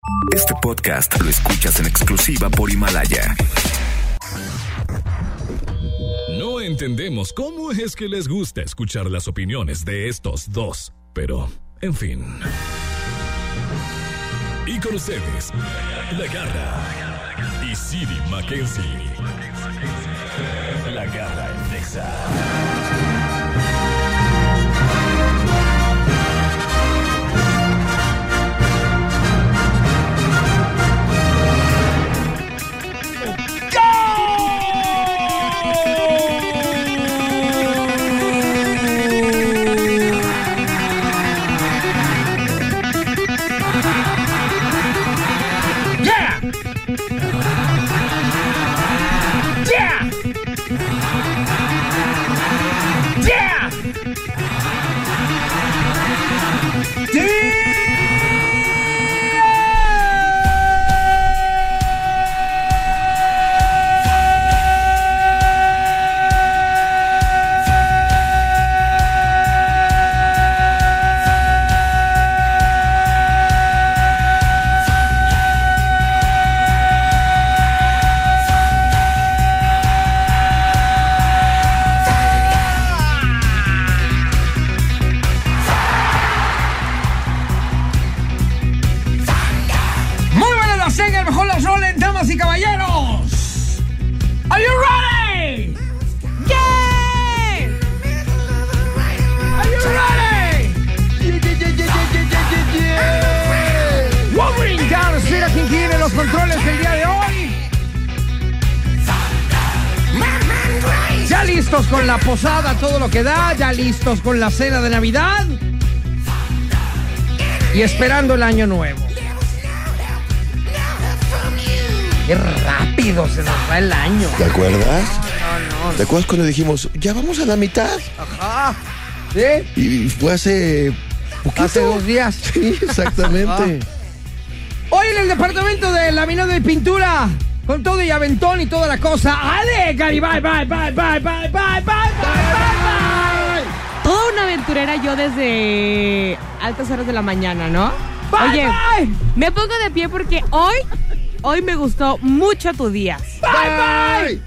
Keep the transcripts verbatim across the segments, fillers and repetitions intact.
Este podcast lo escuchas en exclusiva por Himalaya. No entendemos cómo es que les gusta escuchar las opiniones de estos dos, pero, en fin. Y con ustedes, La Garra y Siri Mackenzie. La Garra en Nexa. Controles del día de hoy. Ya listos con la posada, todo lo que da. Ya listos con la cena de Navidad. Y esperando el año nuevo. Qué rápido se nos va el año. ¿Te acuerdas? No, no. ¿Te acuerdas cuando dijimos, ya vamos a la mitad? Ajá. ¿Sí? Y fue hace poquito. Hace dos días. Sí, exactamente. Hoy en el departamento de laminado y pintura, con todo y aventón y toda la cosa. ¡Ale, Gary! Bye, bye, bye, bye, bye, bye, bye, bye, bye. Toda una aventurera yo desde altas horas de la mañana, ¿no? Bye, Oye, bye. me pongo de pie porque hoy, hoy me gustó mucho tu día. Bye, bye.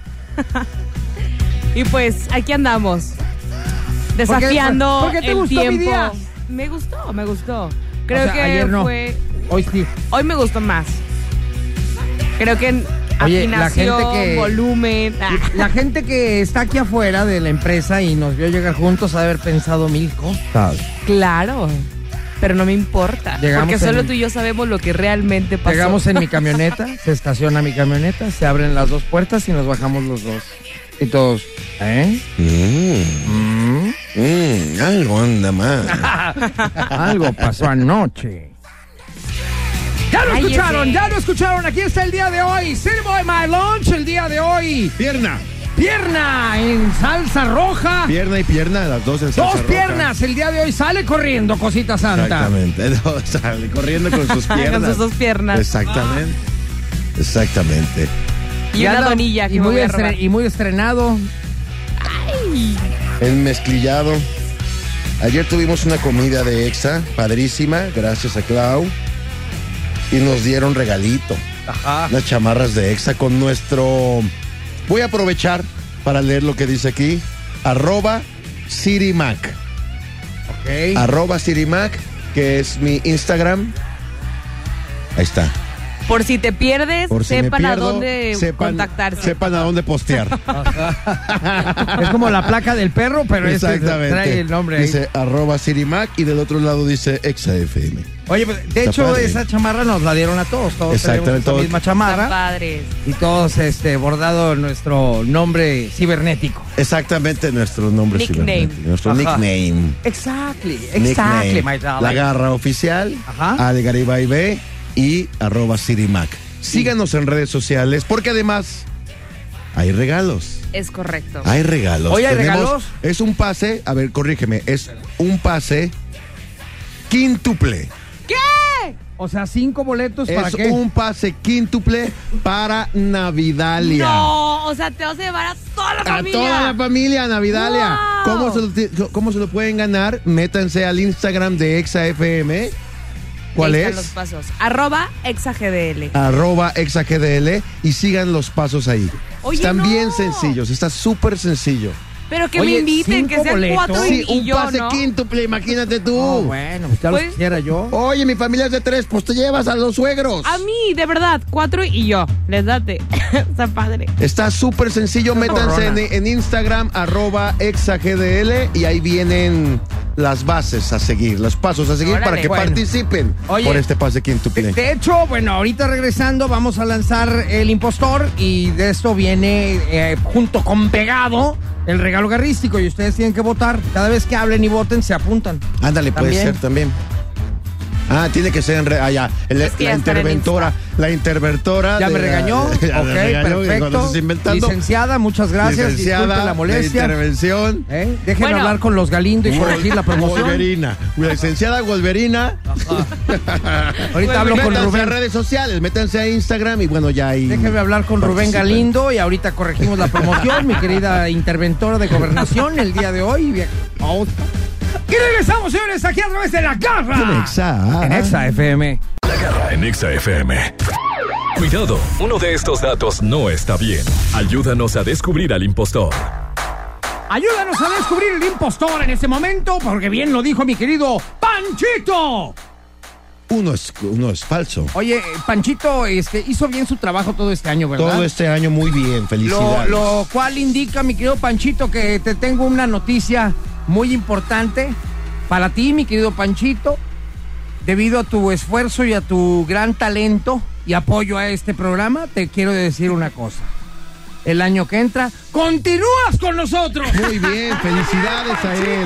Y pues, aquí andamos. Desafiando ¿Por qué, por qué te el gustó tiempo. mi día? Me gustó, me gustó. Creo O sea, que ayer no. fue... Hoy sí. Hoy me gustó más. Creo que en Oye, la afinación, gente que- volumen. ah. La gente que está aquí afuera de la empresa y nos vio llegar juntos ha de haber pensado mil cosas. Claro, pero no me importa. Llegamos porque solo en- tú y yo sabemos lo que realmente pasó. Llegamos en mi camioneta, se estaciona mi camioneta, se abren las dos puertas y nos bajamos los dos. Y todos, ¿eh? Mm, Mm. mm, algo anda mal. Algo pasó anoche. Ya lo Ay, escucharon, ese. ya lo escucharon. Aquí está el día de hoy. Sir Boy My Lunch, el día de hoy. Pierna. Pierna en salsa roja. Pierna y pierna, las dos en salsa Dos roja. piernas. El día de hoy sale corriendo, cosita santa. Exactamente. No, sale corriendo con sus piernas. Con sus dos piernas. Exactamente. Exactamente. Y una anda- donilla que y me muy voy a estre- robar. Y muy estrenado. El mezclillado. Ayer tuvimos una comida de Exa, padrísima, gracias a Clau. Y nos dieron regalito. Ajá. Unas chamarras de Exa con nuestro... Voy a aprovechar para leer lo que dice aquí. Arroba Sirimac. Ok. Arroba Sirimac, que es mi Instagram. Ahí está. Por si te pierdes, Por si me sepan a pierdo, dónde sepan- contactarse. Sepan a dónde postear. Es como la placa del perro, pero este Exactamente. trae el nombre ahí. Dice arroba Sirimac y del otro lado dice Exa F M. Oye, pues, de Está hecho, padre. esa chamarra nos la dieron a todos. Todos Exactamente, tenemos la todos. misma Están chamarra. padres. Y todos este, bordado nuestro nombre cibernético. Exactamente nuestro nombre Nickname. cibernético, nuestro Ajá. nickname. Exactly, exactly, Nickname. my darling. La Garra Oficial, Ajá. Ale Garibay B y arroba Sirimac. Síganos en redes sociales porque además hay regalos. Es correcto. Hay regalos. Hoy hay Tenemos- regalos. Es un pase, a ver, corrígeme, es un pase quíntuple. ¿Qué? O sea, cinco boletos para Es qué. un pase quíntuple para Navidalia. No, o sea, te vas a llevar a toda la A familia. toda la familia, Navidalia. Wow. ¿Cómo, se lo, ti- ¿Cómo se lo pueden ganar? Métanse al Instagram de Exa F M ¿Cuál Ahí es? están los pasos. Arroba exagdl. Arroba exagdl y sigan los pasos ahí. Oye, Están no. bien sencillos, está súper sencillo. Pero que Oye, me inviten, que cinco sean boletos. cuatro Sí, y, y un yo, pase ¿no? quíntuple, imagínate tú. Oh, bueno, pues ya lo Pues- quisiera yo. Oye, mi familia es de tres, pues te llevas a los suegros. A mí, de verdad, cuatro y yo. Les date. Está padre. Está súper sencillo, métanse en, en Instagram, arroba exagdl, y ahí vienen las bases a seguir, los pasos a seguir Órale. para que Bueno. participen Oye, por este pase quíntuple. De hecho, bueno, ahorita regresando vamos a lanzar el impostor y de esto viene eh, junto con pegado el regalo garrístico y ustedes tienen que votar. Cada vez que hablen y voten se apuntan. Ándale, puede También. ser también. Ah, tiene que ser en re- ah, ya. El- Es que la ya está en interventora, la interventora. Ya de me la- regañó. ya Ok, me regañó, dijo, "No perfecto. estés inventando". Licenciada, muchas gracias. Licenciada, Disculpe la molestia. de intervención. ¿Eh? Déjenme Bueno. hablar con los Galindo y corregir la promoción. Wolverina. Licenciada Wolverina. Ahorita hablo con Métanse a Rubén. redes sociales, métanse a Instagram y bueno, ya ahí. Déjenme hablar con Rubén participen. Galindo y ahorita corregimos la promoción, mi querida interventora de gobernación, el día de hoy. Bien. Y regresamos, señores, aquí a través de La Garra. En Exa. En Exa F M. La Garra en Exa F M. Cuidado, uno de estos datos no está bien. Ayúdanos a descubrir al impostor. Ayúdanos a descubrir el impostor en este momento, porque bien lo dijo mi querido Panchito. Uno es, uno es falso. Oye, eh, Panchito este, hizo bien su trabajo todo este año, ¿verdad? Todo este año muy bien, Lo, felicidades. lo cual indica, mi querido Panchito, que te tengo una noticia muy importante para ti, mi querido Panchito. Debido a tu esfuerzo y a tu gran talento y apoyo a este programa, te quiero decir una cosa. El año que entra, continúas con nosotros. Muy bien, felicidades a él.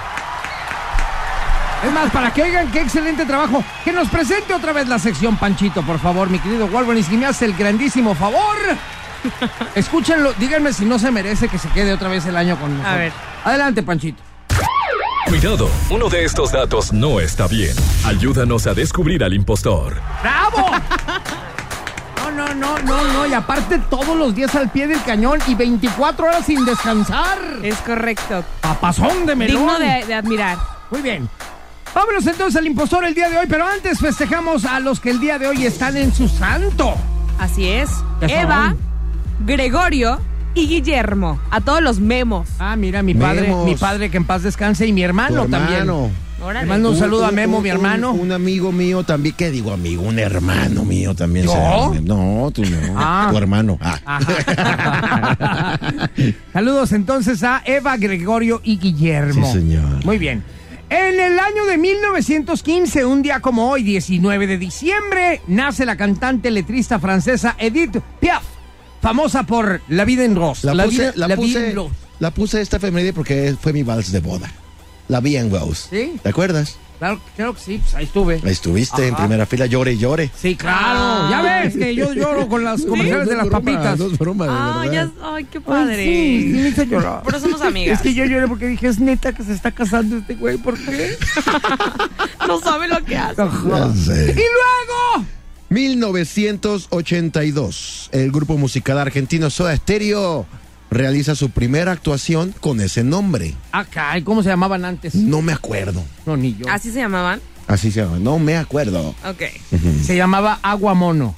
Es más, para que oigan qué excelente trabajo, que nos presente otra vez la sección, Panchito, por favor, mi querido Wolverine, si me hace el grandísimo favor. Escúchenlo, díganme si no se merece que se quede otra vez el año con nosotros. A ver. Adelante, Panchito. Cuidado, uno de estos datos no está bien. Ayúdanos a descubrir al impostor. ¡Bravo! No, no, no, no, no, y aparte todos los días al pie del cañón y veinticuatro horas sin descansar. Es correcto. Papazón de melón. Digno de, de admirar. Muy bien. Vámonos entonces al impostor el día de hoy, pero antes festejamos a los que el día de hoy están en su santo. Así es. ¿Qué son? Eva, Gregorio y Guillermo. A todos los memos. Ah, mira, mi padre, Memos. mi padre que en paz descanse y mi hermano, Tu también. hermano. Órale. Le mando un saludo a Memo, Un- mi un- hermano. Un, amigo mío también. ¿Qué digo amigo? Un hermano mío también. ¿Yo? será. No, tú no. Ah. Tu hermano. Ah. Ajá. Saludos entonces a Eva, Gregorio y Guillermo. Sí, señor. Muy bien. En el año de mil novecientos quince, un día como hoy, diecinueve de diciembre, nace la cantante letrista francesa Edith Piaf, famosa por La vida en rose. La, puse, vida, la, la vida puse, en rose. la puse esta efeméride porque fue mi vals de boda. La vi en Rose. ¿Sí? ¿Te acuerdas? Claro, claro que sí, pues ahí estuve. Ahí estuviste en Ajá. primera fila, llore y llore. Sí, claro. Ah. Ya ves que yo lloro con las comerciales de las papitas. No es broma, de Ah, verdad. ya, ay, qué Ay, padre. sí, sí me hizo llorar. Pero somos amigas. Es que yo lloré porque dije, es neta que se está casando este güey, ¿por qué? No sabe lo que hace. Ya sé. Y luego... mil novecientos ochenta y dos, el grupo musical argentino Soda Stereo realiza su primera actuación con ese nombre. Acá, ¿y cómo se llamaban antes? No me acuerdo. No, ni yo. ¿Así se llamaban? Así se llama. No me acuerdo. Ok. Se llamaba Agua Mono.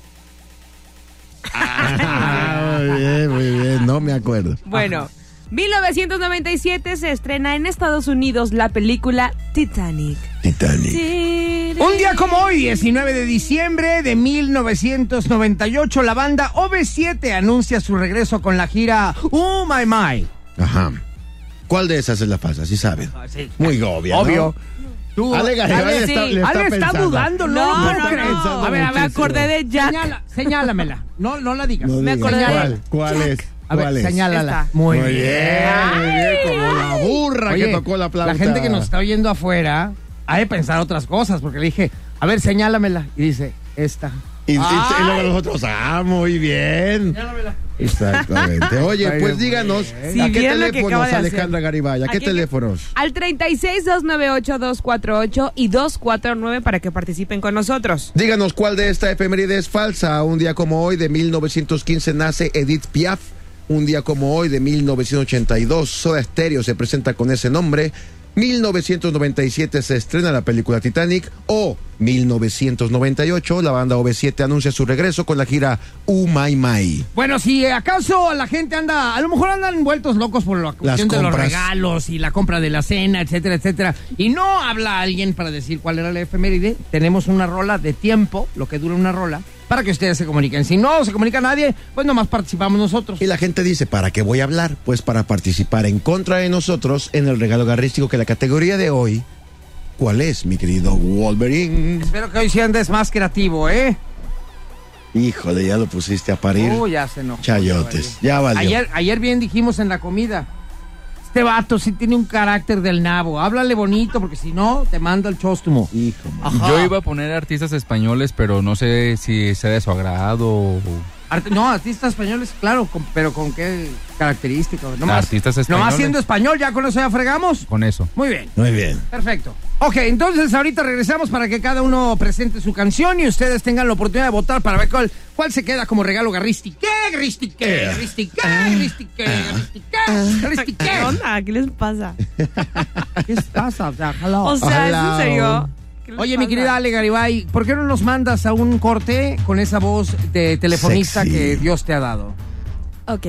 Ah, muy bien, muy bien. No me acuerdo. Bueno, mil novecientos noventa y siete se estrena en Estados Unidos la película Titanic. Titanic. Un día como hoy, diecinueve de diciembre de mil novecientos noventa y ocho, la banda O V siete anuncia su regreso con la gira Oh My My. Ajá. ¿Cuál de esas es la falsa? Sí saben. Sí. Muy obvia, ¿no? Obvio. Tú, Ale Garibay Ale, le está- sí. le está Ale está pensando. dudando, no, No, lo no, puedo creer. no. A ver, a ver, Me acordé de Jack. Señala, señálamela. No, no la digas. No Me digas. acordé de- ¿Cuál? ¿Cuál es? A ver, ¿Cuál es? señálala. Esta. Muy, Muy bien. bien, muy bien. Como la burra Oye, que tocó la flauta. La gente que nos está oyendo afuera ha de pensar otras cosas, porque le dije, a ver, señálamela. Y dice, esta. Y, y- y Ay. luego nosotros, ah, muy bien. Señálamela. Exactamente. Oye, Ay, pues muy díganos, Si ¿a qué vieran lo que teléfonos, acaba de hacer. Alejandra Garibay? ¿A qué Aquí- teléfonos? Al treinta y seis, dos noventa y ocho, dos cuarenta y ocho y dos cuarenta y nueve para que participen con nosotros. Díganos cuál de esta efeméride es falsa. Un día como hoy, de mil novecientos quince, nace Edith Piaf. Un día como hoy, de mil novecientos ochenta y dos, Soda Stereo se presenta con ese nombre. mil novecientos noventa y siete se estrena la película Titanic, o mil novecientos noventa y ocho la banda O V siete anuncia su regreso con la gira Uh My My. Bueno, si acaso la gente anda, a lo mejor andan vueltos locos por la cuestión de los regalos y la compra de la cena, etcétera, etcétera, y no habla alguien para decir cuál era la efeméride, tenemos una rola de tiempo, lo que dura una rola, para que ustedes se comuniquen. Si no se comunica nadie, pues nomás participamos nosotros. Y la gente dice, ¿para qué voy a hablar? Pues para participar en contra de nosotros en el regalo garrístico, que la categoría de hoy, ¿cuál es, mi querido Wolverine? Espero que hoy sí andes más creativo, ¿eh? Híjole, ya lo pusiste a parir. Uy, ya se enojó. Chayotes, ya valió. Ayer, ayer bien dijimos en la comida, este vato sí tiene un carácter del nabo, háblale bonito, porque si no, te manda el chóstumo. Hijo, Ajá. Yo iba a poner artistas españoles, pero no sé si sea de su agrado o... Art- no, artistas españoles, claro, con, pero ¿con qué características? Nomás, artistas españoles. Nomás siendo español, ya con eso ya fregamos. Con eso. Muy bien. Muy bien. Perfecto. Ok, entonces ahorita regresamos para que cada uno presente su canción y ustedes tengan la oportunidad de votar para ver cuál, cuál se queda como regalo garrístico. ¿Qué? Garrístico, garrístico, garrístico, garrístico, garrístico. ¿Qué onda? ¿Qué les pasa? ¿Qué les pasa? O sea, hello. O sea, ¿es Hello. en serio? Oye, mi querida Ale Garibay, ¿por qué no nos mandas a un corte con esa voz de telefonista Sexy. que Dios te ha dado? Ok.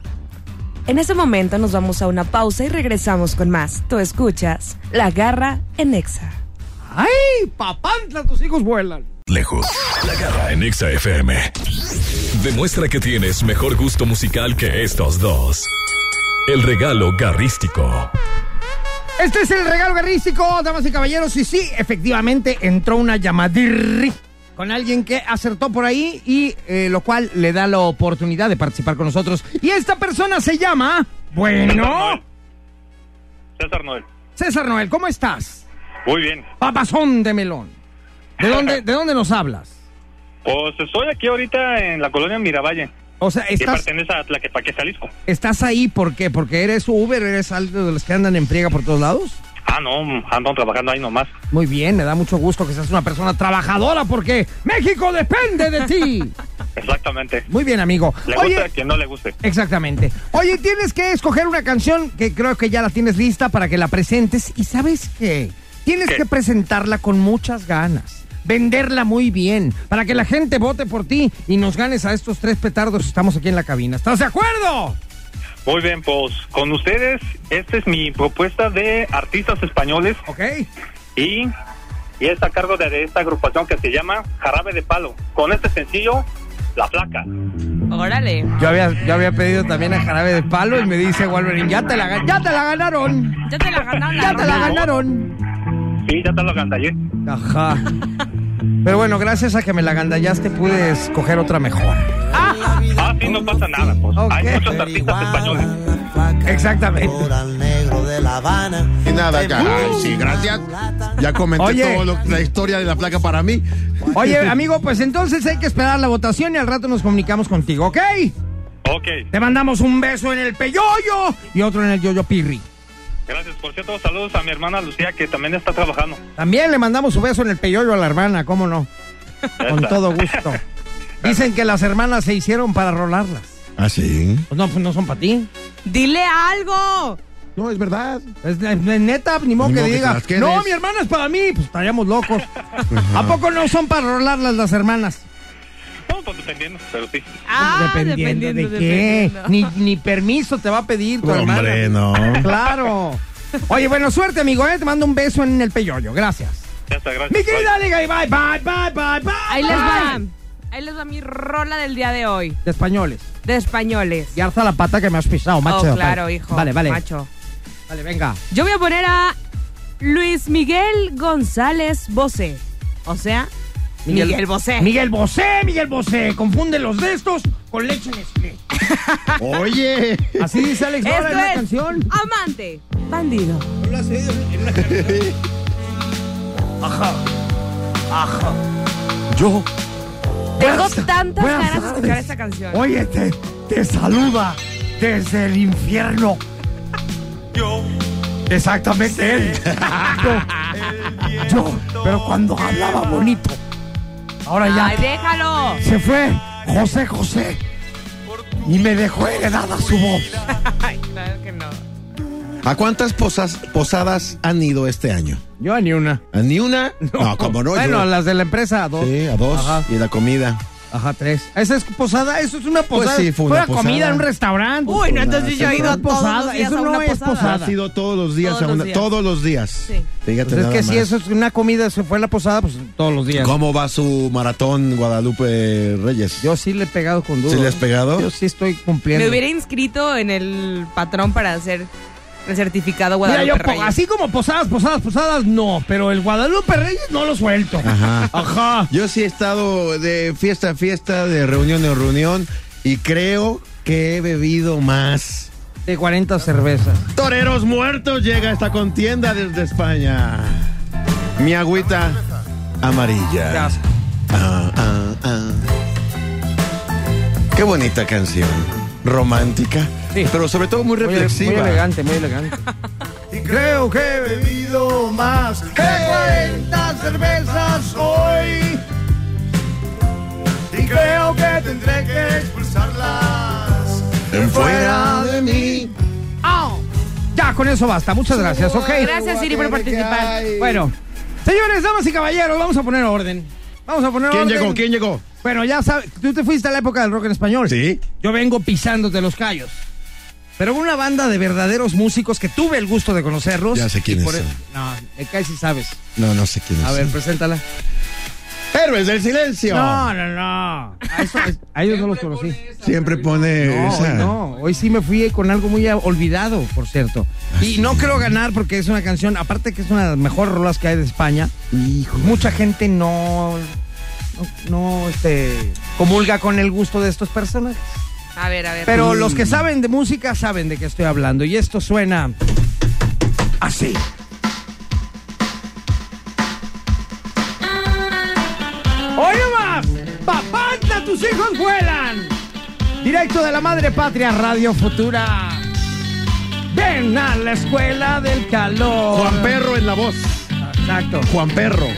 En este momento nos vamos a una pausa y regresamos con más. Tú escuchas La Garra en Exa. ¡Ay, papantla, tus hijos vuelan! Lejos. La Garra en Exa F M. Demuestra que tienes mejor gusto musical que estos dos. El regalo garrístico. Este es el regalo garrístico, damas y caballeros, y sí, efectivamente entró una llamadirri con alguien que acertó por ahí y eh, lo cual le da la oportunidad de participar con nosotros. Y esta persona se llama, bueno... César Noel. César Noel, ¿cómo estás? Muy bien. Papazón de melón. ¿De dónde, ¿de dónde nos hablas? Pues estoy aquí ahorita en la colonia Miravalle, O sea, que estás, pertenece a Tlaquepaque, Jalisco. estás ahí, ¿por qué? ¿Porque eres Uber, eres algo de los que andan en friega por todos lados? Ah, no, andan trabajando ahí nomás. Muy bien, me da mucho gusto que seas una persona trabajadora porque México depende de ti. Exactamente. Muy bien, amigo. Le Oye, guste a quien no le guste. exactamente. Oye, tienes que escoger una canción que creo que ya la tienes lista para que la presentes. ¿Y sabes qué? Tienes ¿Qué? que presentarla con muchas ganas. Venderla muy bien, para que la gente vote por ti y nos ganes a estos tres petardos que estamos aquí en la cabina. ¿Estás de acuerdo? Muy bien, pues con ustedes, esta es mi propuesta de artistas españoles Ok. y, y está a cargo de, de esta agrupación que se llama Jarabe de Palo. Con este sencillo, La Flaca. Órale. Yo había, yo había pedido también a Jarabe de Palo y me dice Wolverine, ya te la, ga- ya te la ganaron. Ya te la ganaron. Ya te la ganaron. Sí, ya te lo gandallé. Ajá. Pero bueno, gracias a que me la gandallaste pude escoger otra mejor. Ah, sí, no pasa nada, pues. Ok. Hay muchos artistas españoles. Exactamente. Y nada, ya. Ay, sí, gracias. Ya comenté Oye. todo lo- la historia de la placa para mí. Oye, amigo, pues entonces hay que esperar la votación y al rato nos comunicamos contigo, ¿ok? Ok, Te mandamos un beso en el peyoyo y otro en el yoyo pirri. gracias. Por cierto, saludos a mi hermana Lucía, que también está trabajando. También le mandamos un beso en el peyoyo a la hermana, ¿cómo no? Con Esa. todo gusto. Dicen que las hermanas se hicieron para rolarlas. ¿Ah, sí? Pues no, pues no son para ti. Dile algo. No, es verdad. Es, es neta, ni modo Ni que modo que diga, te las quedes. no, mi hermana es para mí, pues estaríamos locos. ¿A poco no son para rolarlas las hermanas? No, pues dependiendo, pero sí. Ah, dependiendo, dependiendo, de qué. dependiendo. Ni, ni permiso te va a pedir tu Hombre, hermana. no. Claro. Oye, bueno, suerte, amigo, ¿eh? Te mando un beso en el peyoyo. Gracias. Ya está, gracias. Mi querida Liga, y bye, bye, bye, bye, bye. Ahí les bye. va. Ahí les va mi rola del día de hoy. De españoles. De españoles. Y alza la pata que me has pisado, macho. Oh, claro, Vale. hijo. Vale, vale. Macho. Vale, venga. Yo voy a poner a Luis Miguel González Bosé. O sea, Miguel, Bosé. Miguel Bosé, Miguel Bosé. Confunde los de estos con leche Nestlé. Oye. Así dice Alex Lora Esto en la es canción. Amante, bandido. Ajá. Ajá. Yo. Tengo Buenas- tantas buenas ganas de tardes. escuchar esta canción. Oye, te, te saluda desde el infierno. Yo. Exactamente él. Yo, yo, pero cuando hablaba bonito. Ahora ya Ay, déjalo. se fue José José y me dejó heredada su voz. Ay, claro que no. ¿A cuántas posas, posadas han ido este año? Yo a ni una. ¿A ni una? No, no como no. Bueno, yo... las de la empresa, a dos. Sí, a dos. Ajá. Y la comida. Ajá, tres. ¿Esa es posada? ¿Eso es una posada? Pues sí, fue una posada. Comida en un restaurante. Uy, no, entonces yo he ido todos los días Eso a no una es posada. posada. Ha sido todos los días. Todos a los una, días. Todos los días. Sí. Fíjate Pues es nada que si más. eso es una comida, se fue la posada, pues todos los días. ¿Cómo va su maratón Guadalupe Reyes? Yo sí le he pegado con duro. ¿Sí le has pegado? Yo sí estoy cumpliendo. Me hubiera inscrito en el patrón para hacer el certificado Mira, Guadalupe yo po- Reyes. así como posadas, posadas, posadas, no. Pero el Guadalupe Reyes no lo suelto. Ajá. Ajá. Yo sí he estado de fiesta a fiesta, de reunión en reunión, y creo que he bebido más. De cuarenta cervezas. Toreros muertos, llega esta contienda desde España. Mi agüita amarilla. Qué asco. Ah, ah, ah. Qué bonita canción. Romántica. Sí. Pero sobre todo muy Muy, reflexiva. muy elegante, muy elegante. Y creo que he bebido más que cuarenta cervezas hoy. Y creo que tendré que expulsarlas fuera de mí. ¡Au! Ya, con eso basta. Muchas gracias, ¿ok? Gracias, Siri, por participar. Bueno, señores, damas y caballeros, vamos a poner orden. Vamos a poner ¿Quién orden. llegó? ¿Quién llegó? Bueno, ya sabes, tú te fuiste a la época del rock en español. Sí. Yo vengo pisándote los callos. Pero una banda de verdaderos músicos que tuve el gusto de conocerlos. Ya sé quiénes y por- son. No, me caes si sabes. No, no sé quién es. A ver, preséntala. Héroes del Silencio. No, no, no. A, eso- a ellos no los conocí. Siempre pone No, esa. hoy no. Hoy sí me fui con algo muy olvidado, por cierto. Y no creo ganar porque es una canción, aparte que es una de las mejores rolas que hay de España. Hijo. Mucha gente no, no, no, este, comulga con el gusto de estos personajes. A ver, a ver. Pero los que saben de música saben de qué estoy hablando. Y esto suena así. ¡Hoy nomás! ¡Papanta, tus hijos vuelan! Directo de la madre patria, Radio Futura. Ven a la escuela del calor. Juan Perro en la voz. Exacto. Juan Perro.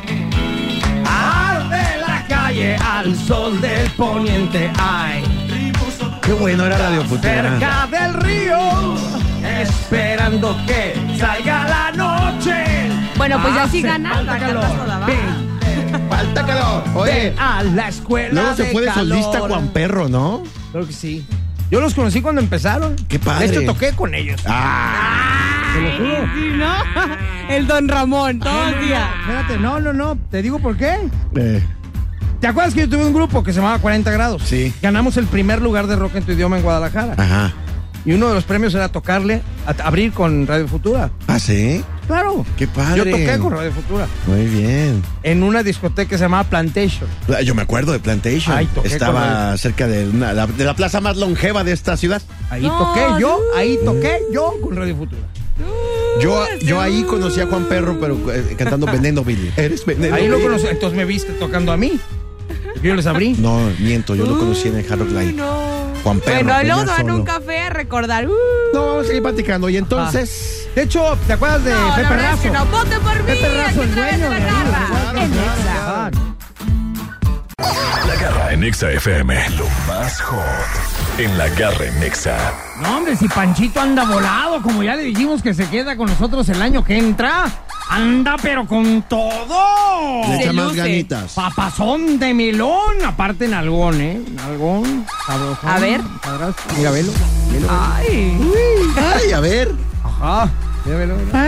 Arde la calle al sol del poniente. Ay, Qué bueno era Radio Futura. cerca del río, esperando que salga la noche. Bueno, pues ya sí Hace gana, falta la calor. cantas toda, va. Ven, Falta calor. Oye, ven a la escuela luego se de fue de calor. solista Juan Perro, ¿no? Creo que sí. Yo los conocí cuando empezaron. Qué padre. De hecho, toqué con ellos. Ah. Te lo juro. Sí, ¿no? El Don Ramón, todo el día. Espérate, no, no, no. Te digo por qué. Eh, ¿Te acuerdas que yo tuve un grupo que se llamaba cuarenta grados? Sí. Ganamos el primer lugar de rock en tu idioma en Guadalajara. Ajá. Y uno de los premios era tocarle, a- abrir con Radio Futura. ¿Ah, sí? Claro. Qué padre. Yo toqué con Radio Futura. Muy bien. En una discoteca que se llamaba Plantation. Yo me acuerdo de Plantation. Ay, toqué con Estaba él. cerca de, una- la, de la plaza más longeva de esta ciudad. Ahí No, toqué yo, no. ahí toqué yo con Radio Futura. Yo, yo ahí conocí a Juan Perro, pero eh, cantando Veneno Billy. ¿Eres Veneno Ahí lo Billy? conocí, entonces me viste tocando a mí. Yo les abrí. No, miento, yo lo conocí en el Hard Rock Live. No. Juan Perro. Bueno, venía luego nos van a solo. un café a recordar. Uh. No, vamos a seguir platicando. Y entonces, De hecho, ¿te acuerdas de No, la Pepe verdad es que Razo? no. Vote por mí. Pepe Razo, aquí el otra vez dueño en de la ahí, garra. claro, En claro, Exa. claro. La Garra en Exa F M. Lo más hot en La Garra en Exa. No, hombre, si Panchito anda volado, como ya le dijimos que se queda con nosotros el año que entra, anda pero con todo. le Se echa más luce. ganitas. Papazón de melón, aparte nalgón, ¿eh? Nalgón, sabrosón. A ver. Padrastro. Mira, velo. velo, velo. Ay. Ay, a ver. Ajá. Mira, velo, velo.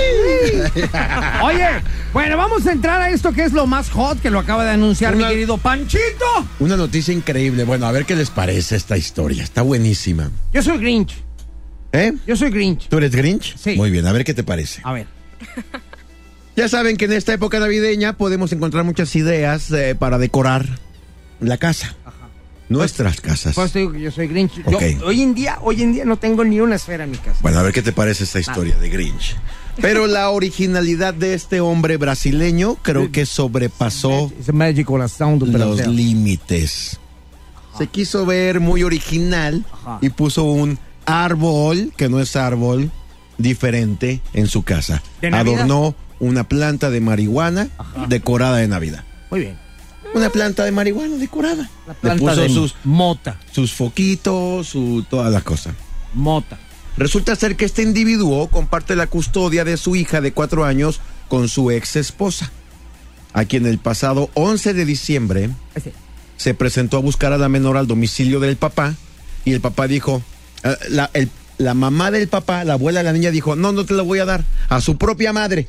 Oye, bueno, vamos a entrar a esto que es lo más hot que lo acaba de anunciar Una- mi querido Panchito. Una noticia increíble. Bueno, a ver qué les parece esta historia. Está buenísima. Yo soy Grinch. ¿Eh? Yo soy Grinch. ¿Tú eres Grinch? Sí. Muy bien, a ver qué te parece. A ver. Ya saben que en esta época navideña podemos encontrar muchas ideas eh, para decorar la casa. Nuestras casas. Pues te digo que yo soy Grinch. Yo, Ok. hoy en día, hoy en día no tengo ni una esfera en mi casa. Bueno, a ver qué te parece esta historia de Grinch. Pero la originalidad de este hombre brasileño creo que sobrepasó It's a magical sound of los Brazil. límites. Se quiso ver muy original Ajá. y puso un árbol, que no es árbol, diferente en su casa. ¿De Navidad? Adornó una planta de marihuana decorada de Navidad. Muy bien. Una planta de marihuana decorada. La Le planta puso de sus, mota. sus foquitos, su, toda la cosa. Mota. Resulta ser que este individuo comparte la custodia de su hija de cuatro años con su ex esposa, a quien el pasado once de diciembre Sí. se presentó a buscar a la menor al domicilio del papá, y el papá dijo, eh, la, el, la mamá del papá, la abuela de la niña dijo, no, no te la voy a dar, a su propia madre.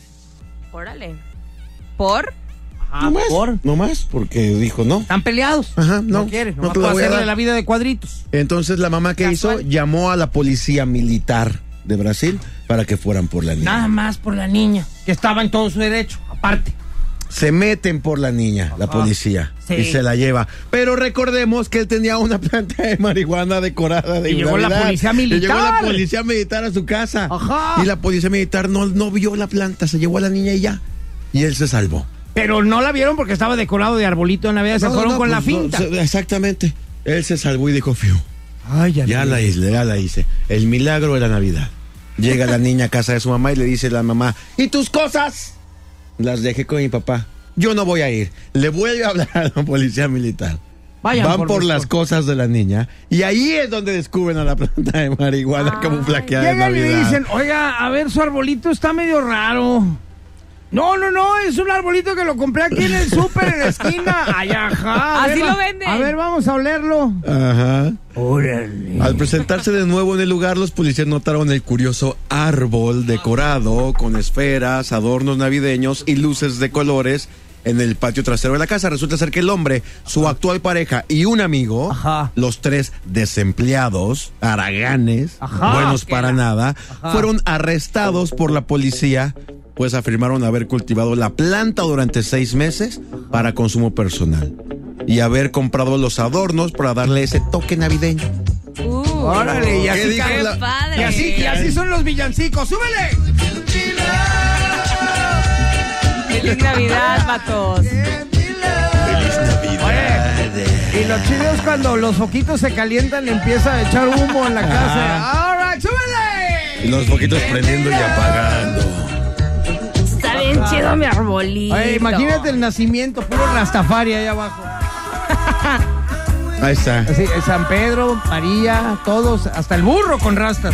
Órale. ¿Por? Ah, no más, ¿por? no más, porque dijo no. ¿Están peleados? Ajá, no, No quiere, no, no va te la a voy a hacerle dar. la vida de cuadritos. Entonces la mamá que Casual. hizo, llamó a la policía militar de Brasil para que fueran por la niña. Nada más por la niña, que estaba en todo su derecho, aparte. Se meten por la niña, la policía, Sí. y se la lleva. Pero recordemos que él tenía una planta de marihuana decorada de Y llegó la Navidad. policía Y militar. llegó la policía militar a su casa. Ajá. Y la policía militar no, no vio la planta, se llevó a la niña y ya. Y él se salvó. Pero no la vieron porque estaba decorado de arbolito de Navidad, se No, fueron no, con pues, la no, finta. se- exactamente. Él se salvó y dijo, fiu, Ay, ya la hice, ya la hice. El milagro era Navidad. Llega la niña a casa de su mamá y le dice a la mamá, ¿y tus cosas? Las dejé con mi papá. Yo no voy a ir. Le vuelve a hablar a la policía militar. Vayan Van por por, mis las cosas. cosas de la niña y ahí es donde descubren a la planta de marihuana Ay. como flaqueada de Llegan y Navidad. le dicen, oiga, a ver, su arbolito está medio raro. No, no, no, es un arbolito que lo compré aquí en el súper en la esquina. Ay, ajá. a Así ver, lo va- venden. A ver, vamos a olerlo. Ajá. Órale. Al presentarse de nuevo en el lugar, los policías notaron el curioso árbol decorado con esferas, adornos navideños y luces de colores en el patio trasero de la casa. Resulta ser que el hombre, su actual pareja y un amigo, Ajá. los tres desempleados, haraganes, Ajá. buenos para nada, Ajá. fueron arrestados por la policía, pues afirmaron haber cultivado la planta durante seis meses para consumo personal y haber comprado los adornos para darle ese toque navideño. Uh, Órale, y ¿Qué así, dijo ¡Qué la- padre! y así, y así son los villancicos. ¡Súbele! ¡Feliz Navidad, vatos! Y lo chido es cuando los foquitos se calientan y empieza a echar humo en la casa. All right, súbele. Y los foquitos prendiendo y apagando. Está bien chido mi arbolito. Oye, imagínate el nacimiento, puro Rastafari allá abajo. Ahí está. Así, eh, San Pedro, María, todos, hasta el burro con rastas.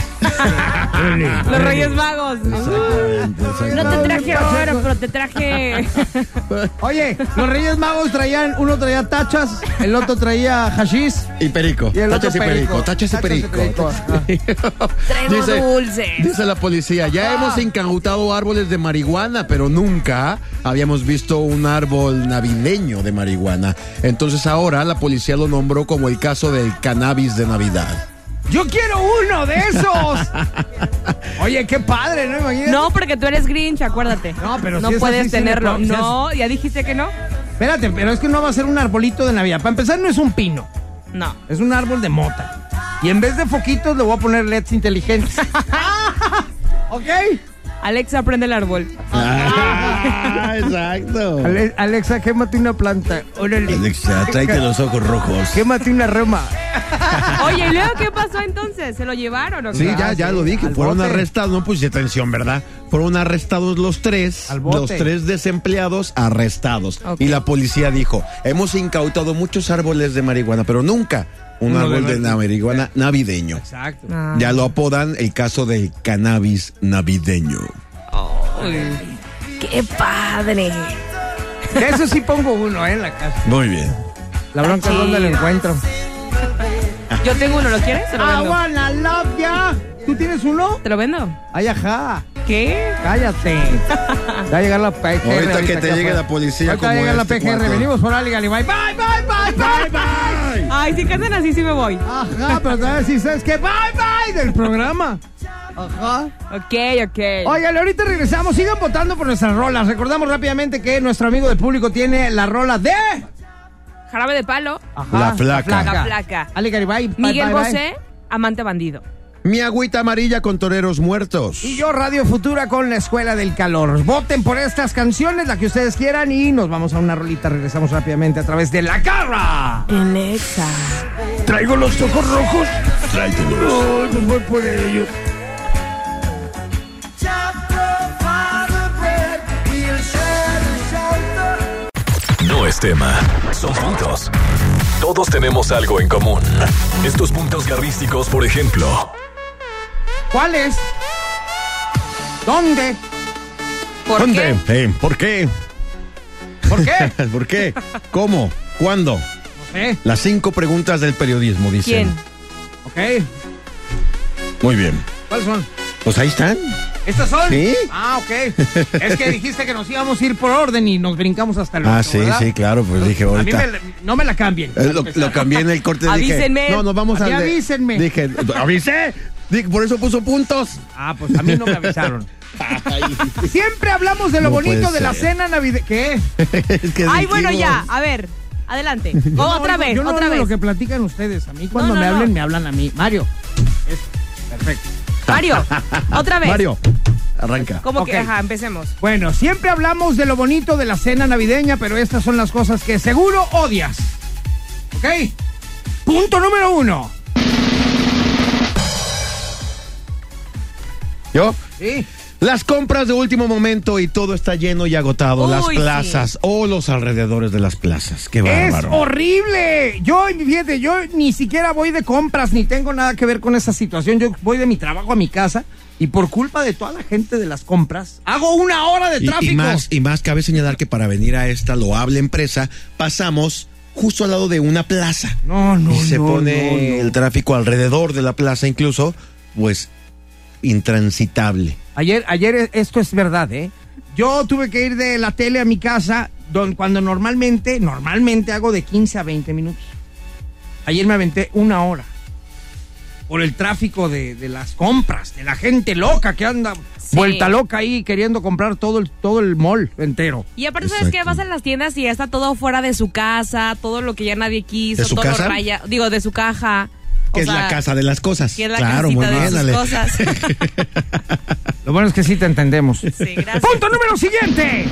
Los Reyes Magos. Exactamente, exactamente. No te traje oro, pero te traje... Oye, los Reyes Magos traían, uno traía tachas, el otro traía hashish Y perico. y el Tachas otro y perico. Tachas y Tachas y perico. ajá. Traemos Dice- dulces. Dice la policía, ya hemos incautado árboles de marihuana, pero nunca habíamos visto un árbol navideño de marihuana. Entonces ahora la policía lo nombró como el caso del cannabis de Navidad. Yo quiero uno de esos. Oye, qué padre, ¿no? Imagínate. No, porque tú eres Grinch, acuérdate. No, pero no si es puedes así, sí le tenerlo. puedo- si es- No, ya dijiste que no. Espérate, pero es que no va a ser un arbolito de Navidad. Para empezar, no es un pino, No. es un árbol de mota. Y en vez de foquitos le voy a poner L E Ds inteligentes. ¿Ok? Alexa, prende el árbol. Ah, exacto. Ale- Alexa, quémate una planta. Órale. Alexa, tráete los ojos rojos. Quémate una rema. Oye, ¿y luego qué pasó entonces? ¿Se lo llevaron o qué? Sí, ya, ya lo dije. Al Fueron bote. arrestados, no pusiste atención, ¿verdad? Fueron arrestados los tres, Al bote. los tres desempleados arrestados. Ok. Y la policía dijo, hemos incautado muchos árboles de marihuana, pero nunca un Uno árbol de de mar- marihuana navideño. Exacto. Ah. Ya lo apodan el caso del cannabis navideño. Ay, ¡qué padre! De eso sí pongo uno, ¿eh? En la casa. Muy bien. La bronca es donde lo encuentro. Yo tengo uno, ¿lo quieres? Te lo I vendo. wanna love ya. ¿Tú tienes uno? ¿Te lo vendo? Ay, ajá. ¿Qué? Cállate. Va a llegar la P G R. Ahorita que te aquí llegue afuera. la policía Ahorita va a como llegar la este P G R. cuate. Venimos por Ali Galibay. Bye, bye, bye, bye, bye. Ay, si cantan así, sí me voy. Ajá, pero sabes si sabes que bye, bye del programa. Ajá. Ok, ok. Oigan, ahorita regresamos. Sigan votando por nuestras rolas. Recordamos rápidamente que nuestro amigo del público tiene la rola de... Jarabe de palo. Ajá, La flaca. La flaca. Ali Garibay. bye, Miguel bye, bye. Bosé, amante bandido. Mi agüita amarilla con toreros muertos. Y yo, Radio Futura con la Escuela del Calor. Voten por estas canciones, la que ustedes quieran, y nos vamos a una rolita. Regresamos rápidamente a través de La Garra. En Exa. Traigo los ojos rojos. Tráetelos. Ay, pues voy por ellos. No es tema, son puntos. Todos tenemos algo en común. Estos puntos garrísticos, por ejemplo. ¿Cuáles? ¿Dónde? ¿Por ¿Dónde? qué? Eh, ¿Por qué? ¿Por qué? ¿Por qué? ¿Cómo? ¿Cuándo? No sé. Las cinco preguntas del periodismo, dicen. ¿Quién? Ok. Muy bien. ¿Cuáles son? Pues ahí están. ¿Estas son? Sí. Ah, ok. Es que dijiste que nos íbamos a ir por orden y nos brincamos hasta el Ah, otro, sí, ¿verdad? sí, claro, pues dije A mí ahorita. me la- no me la cambien. Eh, lo, lo cambié en el corte. Dije, Avísenme. no, nos vamos A mí a. avísenme. Dije, avisé. Dije, por eso puso puntos. Ah, pues a mí no me avisaron. Siempre hablamos de lo No bonito puede de la ser. cena navideña. ¿Qué? Es que Ay, bueno, dijimos. ya. A ver, adelante. Yo no otra oigo- vez, yo no otra oigo vez. lo que platican ustedes. A mí cuando No, no, me no. hablen, me hablan a mí. Mario. Es perfecto. Mario, otra vez. Mario, arranca. Como que, Ok. ajá, empecemos. Bueno, siempre hablamos de lo bonito de la cena navideña, pero estas son las cosas que seguro odias. ¿Ok? Punto número uno. ¿Yo? Sí. Las compras de último momento y todo está lleno y agotado. Uy, las sí. plazas o los alrededores de las plazas. Qué Es bárbaro. horrible. Yo, fíjate, yo ni siquiera voy de compras, ni tengo nada que ver con esa situación. Yo voy de mi trabajo a mi casa y por culpa de toda la gente de las compras, hago una hora de Y- tráfico. Y, más, y más cabe señalar que para venir a esta loable empresa pasamos justo al lado de una plaza. No, no, y se no, pone no, no. el tráfico alrededor de la plaza, incluso, pues, intransitable. Ayer, ayer esto es verdad, ¿eh? Yo tuve que ir de la tele a mi casa don, cuando normalmente, normalmente hago de quince a veinte minutos. Ayer me aventé una hora. Por el tráfico de, de las compras, de la gente loca que anda Sí. vuelta loca ahí queriendo comprar todo el, todo el mall entero. Y aparte, ¿sabes qué? Exacto. Vas a las tiendas y ya está todo fuera de su casa, todo lo que ya nadie quiso, ¿De su todo casa? raya, digo, de su caja. Que O es sea, la casa de las cosas. que es la claro, casita muy de bien, sus Ale. cosas. Lo bueno es que sí te entendemos. Sí, gracias. Punto número siguiente.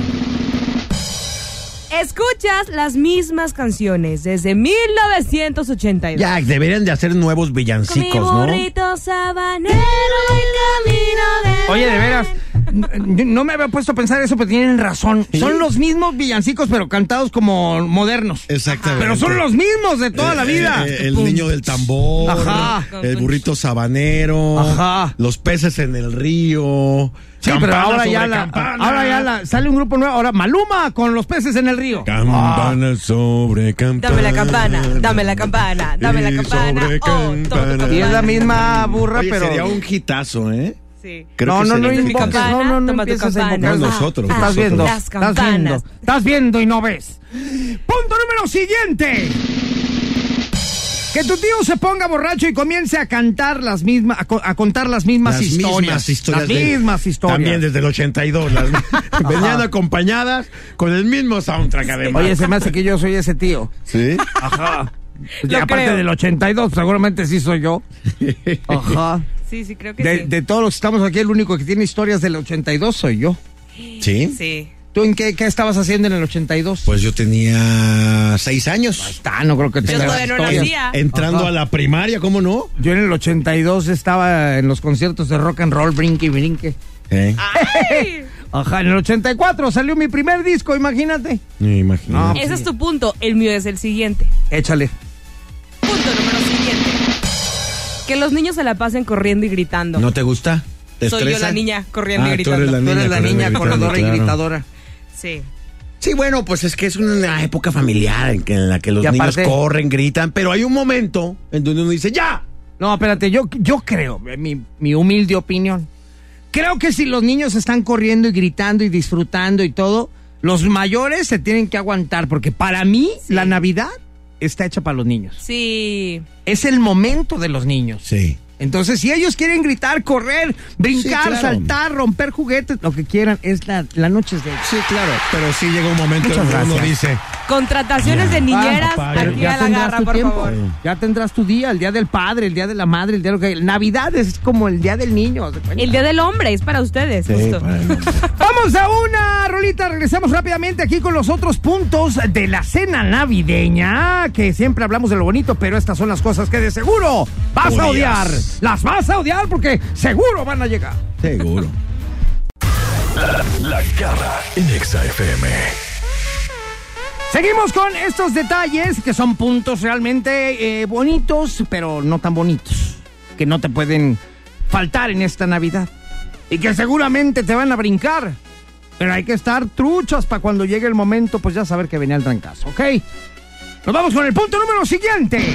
Escuchas las mismas canciones desde mil novecientos ochenta y dos. Ya, deberían de hacer nuevos Con mi villancicos, ¿no? burrito sabanero el camino de... Oye, de veras, n- no me había puesto a pensar eso, pero tienen razón. ¿Sí? Son los mismos villancicos, pero cantados como modernos. Exactamente. Pero son los mismos de toda la Eh, vida. eh, el niño del tambor, Ajá. el burrito sabanero, Ajá. los peces en el río. Sí, pero campana ahora sobre ya, la, campana. ahora ya la, sale un grupo nuevo. Ahora Maluma con los peces en el río. Campana sobre campana. Dame la campana, dame la campana, dame la Y campana. sobre Oh, toma tu campana. Y es la misma burra, Oye, pero... sería un hitazo, ¿eh? Sí. Creo no, que no, no sería un invoques, hitazo. no, no, no Toma tu empieces a campana. invocar. No, nosotros, Estás nosotros. viendo, Las estás viendo, campanas. estás viendo y no ves. Punto número siguiente. Que tu tío se ponga borracho y comience a cantar las mismas, a, co- a contar las mismas Las historias. mismas historias. Las de- mismas historias. También desde el ochenta y dos. Las, venían acompañadas con el mismo soundtrack, además. Oye, se me hace que yo soy ese tío. ¿Sí? Ajá. Y Lo aparte creo. del ochenta y dos, seguramente sí soy yo. Ajá. Sí, sí, creo que De, sí. de todos los que estamos aquí, el único que tiene historias del ochenta y dos soy yo. ¿Sí? Sí. ¿Tú en qué, qué estabas haciendo en el ochenta y dos? Pues yo tenía seis años. Está, no creo que Yo tengas todavía no historias. nacía. Entrando Ajá. a la primaria, ¿cómo no? Yo en el ochenta y dos estaba en los conciertos de rock and roll, brinque y brinque. ¿Eh? Ay, Ajá, en el ochenta y cuatro salió mi primer disco, imagínate. Me imagino. No. ese es tu punto. El mío es el siguiente. Échale. Punto número siguiente. Que los niños se la pasen corriendo y gritando. ¿No te gusta? ¿Te Soy yo estresa? la niña corriendo Ah, y tú gritando. eres la Tú eres la corriendo niña y gritando, corredora y claro. gritadora. Sí. Sí, bueno, pues es que es una época familiar en, que, en la que los Y niños aparte- corren, gritan, pero hay un momento en donde uno dice, ¡ya! No, espérate, yo, yo creo, eh, mi, mi humilde opinión, creo que si los niños están corriendo y gritando y disfrutando y todo, los mayores se tienen que aguantar, porque para mí Sí. la Navidad está hecha para los niños. Sí. Es el momento de los niños. Sí. Entonces, si ellos quieren gritar, correr, brincar, Sí, claro. saltar, romper juguetes, lo que quieran, es la, la noche es de ellos. Sí, claro, pero sí llega un momento Muchas en donde uno gracias. dice, Contrataciones de niñeras papá, aquí a la garra, tu por tiempo. favor. Ya tendrás tu día, el día del padre, el día de la madre, el día de lo que... Navidad es como el día del niño. ¿se cuenta? El día del hombre es para ustedes, justo. para el hombre. Vamos a una rolita, regresamos rápidamente aquí con los otros puntos de la cena navideña, que siempre hablamos de lo bonito, pero estas son las cosas que de seguro vas a odiar. Odias. Las vas a odiar porque seguro van a llegar. Seguro. La Garra en Exa F M. Seguimos con estos detalles que son puntos realmente eh, bonitos, pero no tan bonitos, que no te pueden faltar en esta Navidad. Y que seguramente te van a brincar. Pero hay que estar truchas para cuando llegue el momento, pues ya saber que venía el trancazo, ¿ok? Nos vamos con el punto número siguiente.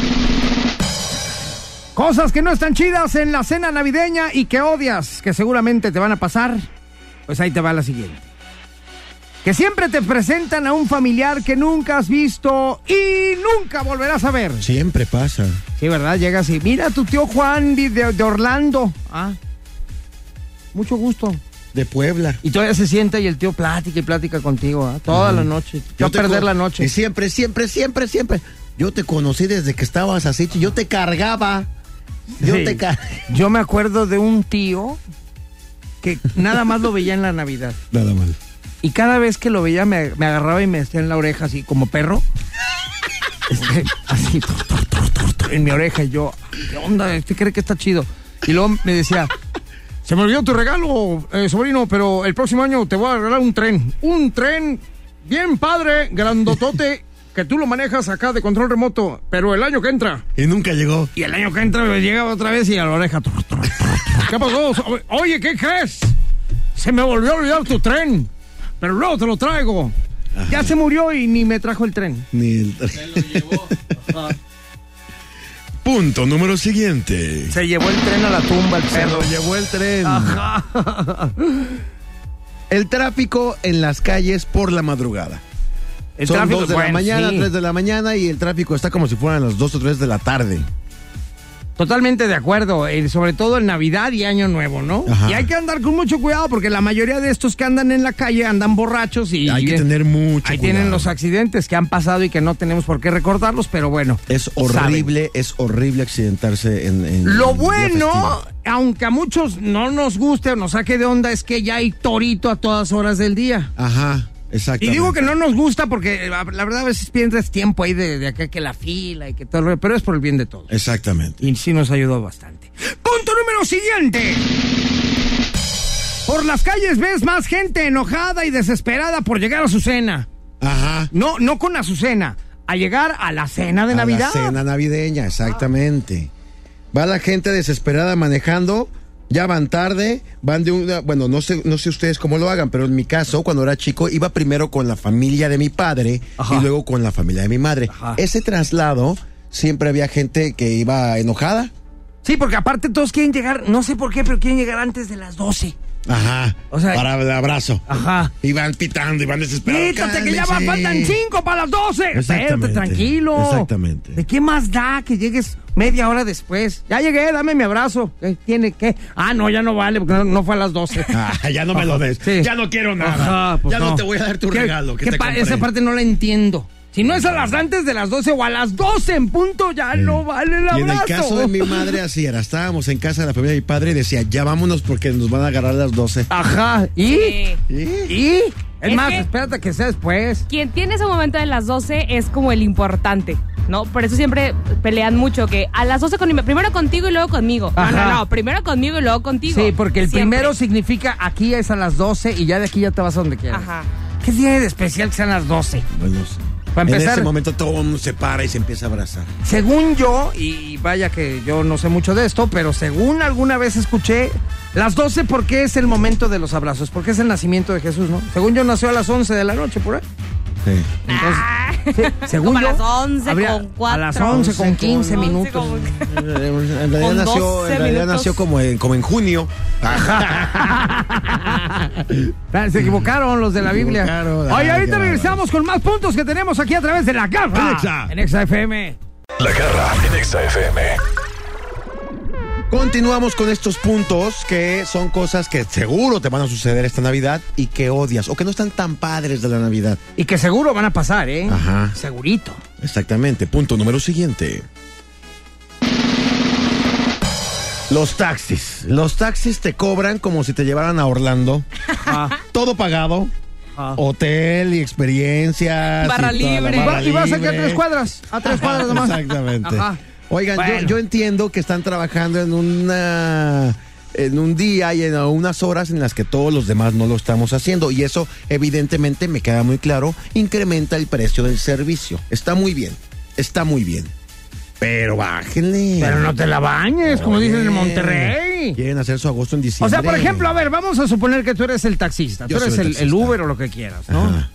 Cosas que no están chidas en la cena navideña y que odias, que seguramente te van a pasar. Pues ahí te va la siguiente. Que siempre te presentan a un familiar que nunca has visto y nunca volverás a ver. Siempre pasa. Sí, ¿verdad? Llegas y mira a tu tío Juan de, de Orlando. Ah, mucho gusto. De Puebla. Y todavía se sienta y el tío plática y plática contigo, ¿eh? Toda uh-huh. la noche. Yo a perder la noche. Y siempre, siempre, siempre, siempre. Yo te conocí desde que estabas así, yo te cargaba. Yo sí. te car... Yo me acuerdo de un tío que nada más lo veía en la Navidad. Nada más. Y cada vez que lo veía me, me agarraba y me hacía en la oreja así como perro. Este, así, tur, tur, tur, tur, tur, en mi oreja. Y yo, ¿qué onda? ¿Este cree que está chido? Y luego me decía... Se me olvidó tu regalo, eh, sobrino, pero el próximo año te voy a regalar un tren. Un tren bien padre, grandotote, que tú lo manejas acá de control remoto, pero el año que entra. Y nunca llegó. Y el año que entra me llegaba otra vez y a la oreja. ¿Qué pasó? Oye, ¿qué crees? Se me volvió a olvidar tu tren, pero luego te lo traigo. Ajá. Ya se murió y ni me trajo el tren. Ni el... Se lo llevó. Ajá. Punto número siguiente. Se llevó el tren a la tumba, el perro. Se lo llevó el tren. Ajá. El tráfico en las calles por la madrugada. El Son tráfico, dos de bueno, la mañana, sí. tres de la mañana y el tráfico está como si fueran las dos o tres de la tarde. Totalmente de acuerdo, eh, sobre todo en Navidad y Año Nuevo, ¿no? Ajá. Y hay que andar con mucho cuidado porque la mayoría de estos que andan en la calle andan borrachos y... Hay que y, tener mucho ahí cuidado. Tienen los accidentes que han pasado y que no tenemos por qué recordarlos, pero bueno. Es horrible, saben. es horrible accidentarse en... en Lo en bueno, aunque a muchos no nos guste o nos saque de onda, es que ya hay torito a todas horas del día. Ajá. Exacto. Y digo que no nos gusta porque la, la verdad a veces pierdes tiempo ahí de, de acá que la fila y que todo, pero es por el bien de todos. Exactamente. Y sí nos ayudó bastante. Punto número siguiente. Por las calles ves más gente enojada y desesperada por llegar a su cena. Ajá. No, no con la su cena, a llegar a la cena de a Navidad. La cena navideña, exactamente. Va la gente desesperada manejando. Ya van tarde, van de una, bueno, no sé, no sé ustedes cómo lo hagan, pero en mi caso, cuando era chico, iba primero con la familia de mi padre Ajá. y luego con la familia de mi madre. Ajá. Ese traslado, siempre había gente que iba enojada. Sí, porque aparte todos quieren llegar, no sé por qué, pero quieren llegar antes de las doce. Ajá, o sea, para el abrazo. Ajá. Y van pitando y van desesperados. Quítate que ya va, faltan cinco para las doce. Espérate, tranquilo. Exactamente. ¿De qué más da que llegues media hora después? Ya llegué, dame mi abrazo. ¿Qué tiene qué? Ah, no, ya no vale, porque no, no fue a las doce. Ah, ya no me Ajá. lo des. Sí. Ya no quiero nada. Ajá, pues ya no. no te voy a dar tu ¿Qué, regalo. Que te pa- esa parte no la entiendo. Si no es a las antes de las doce o a las doce en punto, ya sí. no vale el abrazo. Y en el caso de mi madre, así era. Estábamos en casa de la familia de mi padre y decía, ya vámonos porque nos van a agarrar a las doce. Ajá. ¿Y? Sí. ¿Y? ¿Y? Es, es más, que espérate que sea después. Quien tiene ese momento de las doce es como el importante, ¿no? Por eso siempre pelean mucho que a las doce con, primero contigo y luego conmigo. Ajá. No, no, no, primero conmigo y luego contigo. Sí, porque el siempre. primero significa aquí es a las doce y ya de aquí ya te vas a donde quieras. Ajá. ¿Qué tiene de especial que sean las doce? Bueno, sí. Para empezar, en ese momento todo el mundo se para y se empieza a abrazar. Según yo, y vaya que yo no sé mucho de esto, pero según alguna vez escuché, las doce porque es el momento de los abrazos, porque es el nacimiento de Jesús, ¿no? Según yo nació a las once de la noche, por ahí. Sí. Entonces, sí, según como yo, a las once con cuatro. A las once con quince con minutos. Como... En realidad, nació, en, realidad nació como en, como en junio. Se equivocaron los de la Biblia. Oye, ahorita regresamos con más puntos que tenemos aquí a través de La Garra. Alexa. En Exa F M. La Garra en Exa F M. Continuamos con estos puntos que son cosas que seguro te van a suceder esta Navidad y que odias o que no están tan padres de la Navidad. Y que seguro van a pasar, ¿eh? Ajá. Segurito. Exactamente. Punto número siguiente. Los taxis. Los taxis te cobran como si te llevaran a Orlando. Ajá. Todo pagado. Ajá. Hotel y experiencias. Barra y libre. Barra y vas aquí a tres cuadras. A tres cuadras nomás. Exactamente. Ajá. Oigan, bueno. yo, yo entiendo que están trabajando en una en un día y en unas horas en las que todos los demás no lo estamos haciendo y eso evidentemente me queda muy claro, incrementa el precio del servicio. Está muy bien, está muy bien. Pero bájenle. Pero no te la bañes, como Oye, dicen en Monterrey. Quieren hacer su agosto en O diciembre. sea, por ejemplo, a ver, vamos a suponer que tú eres el taxista. Yo tú eres soy el el, el taxista. Uber o lo que quieras, ¿no? Ajá.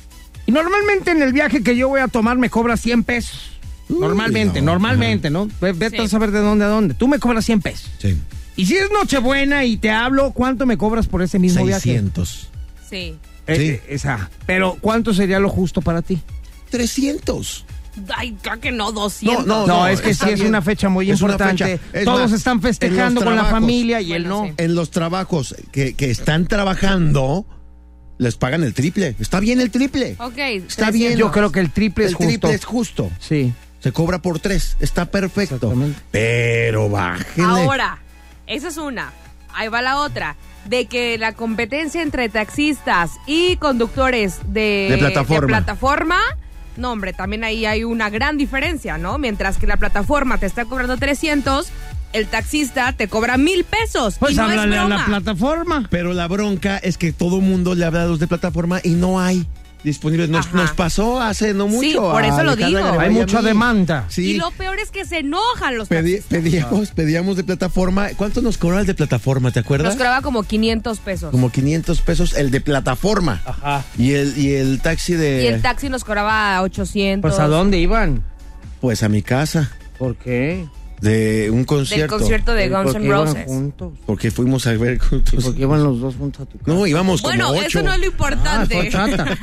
Y normalmente en el viaje que yo voy a tomar me cobras cien pesos. Uy, normalmente, no. normalmente, ¿no? Ve- Vete Sí. a saber de dónde a dónde. Tú me cobras cien pesos. Sí. Y si es Nochebuena y te hablo, ¿cuánto me cobras por ese mismo seiscientos. Sí. viaje? Sí. Eh, eh, esa. Pero, ¿cuánto sería lo justo para ti? trescientos. Ay, claro que no, doscientos. No, No, no, es que está sí es bien. una fecha muy Es una importante. fecha. Es Todos más, están en festejando los con la trabajos, familia y él Bueno, no. sí. En los trabajos que, que están trabajando, les pagan el triple. Está bien el triple. Ok. Está trescientos. bien. Yo creo que el triple es El justo. triple es justo. Sí. Se cobra por tres. Está perfecto. Exactamente. Pero bájenle. Ahora, esa es una. Ahí va la otra. De que la competencia entre taxistas y conductores de, De plataforma. de plataforma, no, hombre, también ahí hay una gran diferencia, ¿no? Mientras que la plataforma te está cobrando trescientos, el taxista te cobra mil pesos. Pues y no es háblale a la broma. plataforma. Pero la bronca es que todo mundo le habla a los de plataforma y no hay disponibles. Nos, Ajá. nos pasó hace no mucho. Sí, por a eso lo Alejandra digo. Garibay Hay y a mucha mí. demanda. Sí. Y lo peor es que se enojan los Pedi- taxistas. pedíamos, pedíamos de plataforma. ¿Cuánto nos cobraba el de plataforma? ¿Te acuerdas? Nos cobraba como quinientos pesos. Como quinientos pesos el de plataforma. Ajá. Y el, y el taxi de... Y el taxi nos cobraba ochocientos. Pues ¿a dónde iban? Pues a mi casa. ¿Por qué? De un Del concierto. concierto de Guns ¿Por N' qué iban Roses. juntos? Porque fuimos a ver ¿Y juntos. por qué iban los dos juntos a tu casa? No, íbamos como Bueno, ocho. eso no es lo importante. Ah, fue chata.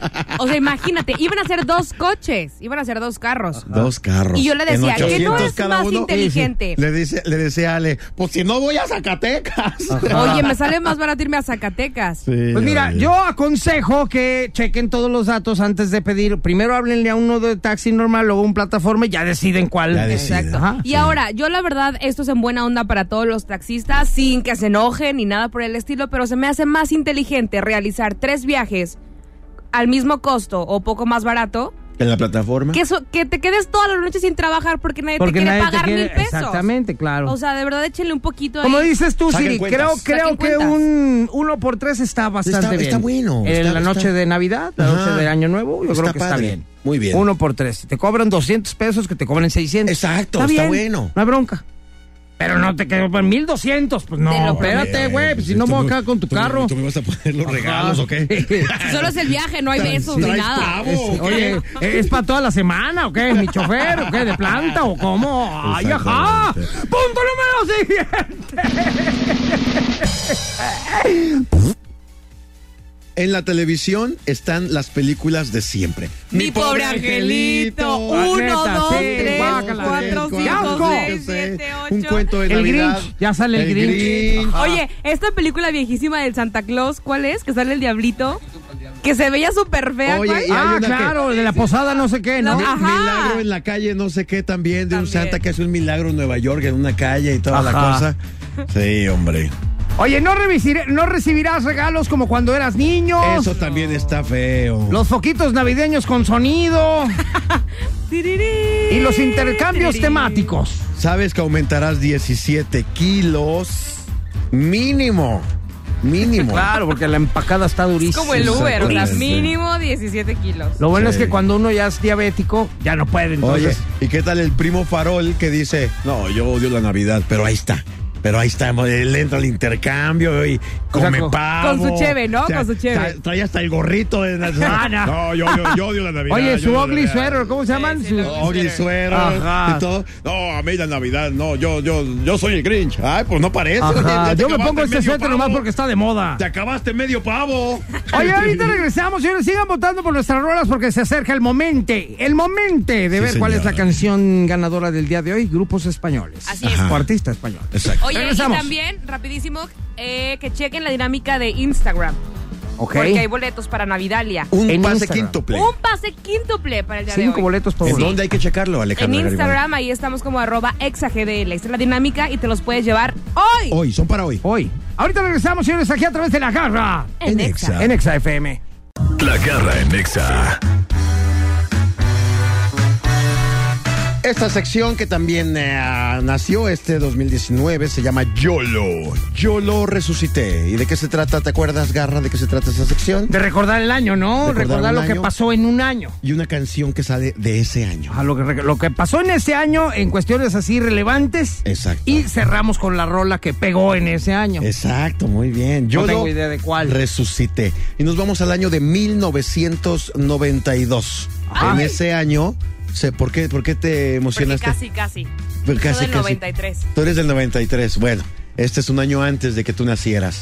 O sea, imagínate, iban a ser dos coches, iban a ser dos carros. Dos carros. Y yo le En decía, ¿qué no ochocientos es cada más uno. inteligente? Le dice, le decía a Ale, pues si no voy a Zacatecas. Oye, me sale más barato irme a Zacatecas. Sí, Pues mira, oye. yo aconsejo que chequen todos los datos antes de pedir. Primero háblenle a uno de taxi normal, luego un plataforma y ya deciden cuál. Ya deciden. Exacto. Ajá. Y ahora, yo la verdad, esto es en buena onda para todos los taxistas, sin que se enojen ni nada por el estilo, pero se me hace más inteligente realizar tres viajes al mismo costo o poco más barato, En la plataforma. que, eso, que te quedes toda la noche sin trabajar porque nadie Porque te quiere nadie te pagar quiere- mil pesos. Exactamente, claro. O sea, de verdad, échenle un poquito Como ahí. dices tú, Saquen Siri, cuentas. creo, creo Saquen que cuentas. un uno por tres está bastante Está- bien. está bueno, En está- la noche está- de Navidad, la Ajá. noche de Año Nuevo, yo Está creo que está padre. bien. Muy bien. Uno por tres. Si te cobran doscientos pesos, que te cobren seiscientos. Exacto, está bien, bueno. No hay bronca. Pero no te quedo por mil doscientos, pues Te lo no, prometo. espérate, güey, pues si no me voy a quedar con tu ¿Tú me- carro. ¿Tú me vas a poner los Ajá. regalos o qué? Solo es el viaje, no hay besos ni ¿Traes nada. pavo? Es- ¿o qué? oye, ¿es para toda la semana o qué? ¿Mi chofer o qué? ¿De planta o cómo? ¡Ay, ajá! Exactamente. ¡Punto número siguiente! En la televisión están las películas de siempre. Mi pobre angelito. Ah, Uno, neta, dos, sí, tres, guácala, cuatro, sí, cinco, guácala. seis, siete, Un ocho. cuento de El Navidad. Grinch, ya sale el Grinch. Ajá. Oye, esta película viejísima del Santa Claus, ¿cuál es? Que sale el diablito. Que se veía súper fea. Oye, ¿cuál? y hay Ah, una claro, de la posada no sé qué, ¿no? No, Mi- Ajá. Milagro en la calle, no sé qué también, de un También. Santa que hace un milagro en Nueva York, en una calle y toda la Ajá. cosa. Sí, hombre. Oye, no, revisir- no recibirás regalos como cuando eras niño. Eso también está feo. Los foquitos navideños con sonido. Y los intercambios temáticos. Sabes que aumentarás diecisiete kilos mínimo. Mínimo. Claro, porque la empacada está Es durísima. como el Uber, o sea, Exactamente. mínimo diecisiete kilos. Lo bueno Sí. es que cuando uno ya es diabético, ya no puede. Entonces, Oye, ¿y qué tal el primo Farol que dice, no, yo odio la Navidad, pero ahí está. Pero ahí está, él entra al intercambio y come sea, con- pavo. con su cheve, ¿no? Con su cheve. Trae, trae hasta el gorrito de Ah, no. No, yo, odio- yo odio la Navidad. Oye, yo su odio la ugly Navidad. sweater, ¿cómo se llaman? sí, Su- lo- Ugly sweater Ajá. y todo. No, a mí la Navidad, no, yo, yo, yo soy el Grinch. Ay, pues no parece. Ajá, Ya te yo me acabaste pongo este medio suéter pavo. nomás porque está de moda. Te acabaste medio pavo. Oye, ahorita regresamos, señores. Sigan votando por nuestras rolas porque se acerca el momento. El momento de Sí, ver cuál es la señora. canción ganadora del día de hoy. Grupos españoles. Así es. O artista español. Exacto. Oye, Regresamos. y también, rapidísimo, eh, que chequen la dinámica de Instagram. Ok. Porque hay boletos para Navidalia. Un En pase Instagram. quíntuple. Un pase quíntuple para el día de Cinco hoy. boletos por ¿En uno. dónde hay que checarlo, En Alejandra Garibay? Instagram, ahí estamos como arroba exagdl. Esta es la dinámica y te los puedes llevar hoy. Hoy, son para hoy. Hoy. Ahorita regresamos, señores, aquí a través de La Garra. En en Exa. Exa. En Exa F M. La Garra en Nexa. Esta sección que también eh, nació este dos mil diecinueve se llama YOLO. YOLO resucité. ¿Y de qué se trata? ¿Te acuerdas, Garra, de qué se trata esta sección? De recordar el año, ¿no? Recordar Recordar, un lo año. que pasó en un año. Y una canción que sale de ese año. A lo, que, lo que pasó en ese año en cuestiones así relevantes. Exacto. Y cerramos con la rola que pegó en ese año. Exacto, muy bien. YOLO No tengo idea de cuál. resucité. Y nos vamos al año de mil novecientos noventa y dos. Ay. En ese año, se- ¿por qué, por qué te Porque emocionaste? casi, casi. Pues Yo casi, del casi. noventa y tres. Tú eres del noventa y tres. Bueno, este es un año antes de que tú nacieras.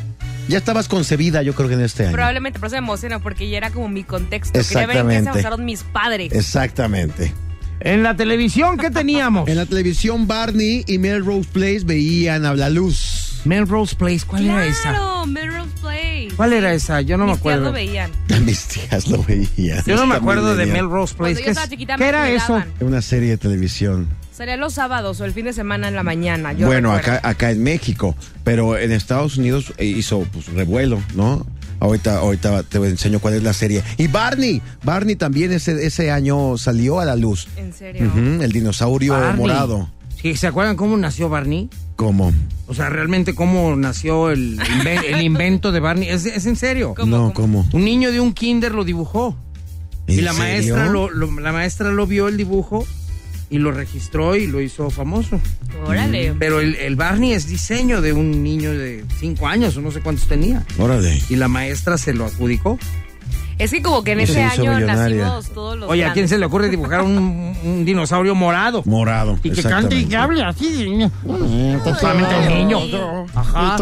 Ya estabas concebida, yo creo que en este año. Probablemente, por eso me emociona, porque ya era como mi contexto. Quería ver en qué se Exactamente. basaron mis padres. Exactamente. En la televisión, ¿qué teníamos? En la televisión, Barney y Melrose Place veían a la luz. Melrose Place, ¿cuál era esa? Claro, Melrose Place. ¿Cuál era esa? Yo no me Mis tías acuerdo. lo veían. Mis tías lo veían. Yo no me Está muy acuerdo de genial. Melrose Cuando Place. yo ¿Qué, estaba es- chiquita ¿qué me era cuidaban. eso? Una serie de televisión. Sería los sábados o el fin de semana en la mañana. Yo Bueno, recuerdo. acá, acá en México, pero en Estados Unidos hizo pues revuelo, ¿no? Ahorita, ahorita te enseño cuál es la serie. Y Barney, Barney también ese, ese año salió a la luz. En serio. Ujú, el dinosaurio Barney. morado. Sí, ¿se acuerdan cómo nació Barney? ¿Cómo? O sea, realmente cómo nació el, inven- el invento de Barney. ¿Es, es en serio? ¿Cómo, no, cómo? ¿cómo? Un niño de un kinder lo dibujó. ¿En Y la serio? maestra lo, lo- la maestra lo vio el dibujo y lo registró y lo hizo famoso. Órale. Pero el, el Barney es diseño de un niño de cinco años o no sé cuántos tenía. Órale. Y la maestra se lo adjudicó. Es que como que en Se ese hizo año millonaria. nacimos todos los Oye, ¿a quién grandes. se le ocurre dibujar un, un dinosaurio morado? Morado. Y que cante y que hable así. Solamente un niño. Ajá.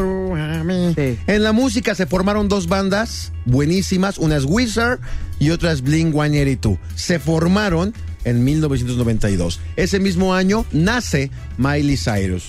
Sí. En la música se formaron dos bandas buenísimas, una es Wizard y otra es Blink ciento ochenta y dos. Se formaron en mil novecientos noventa y dos. Ese mismo año nace Miley Cyrus.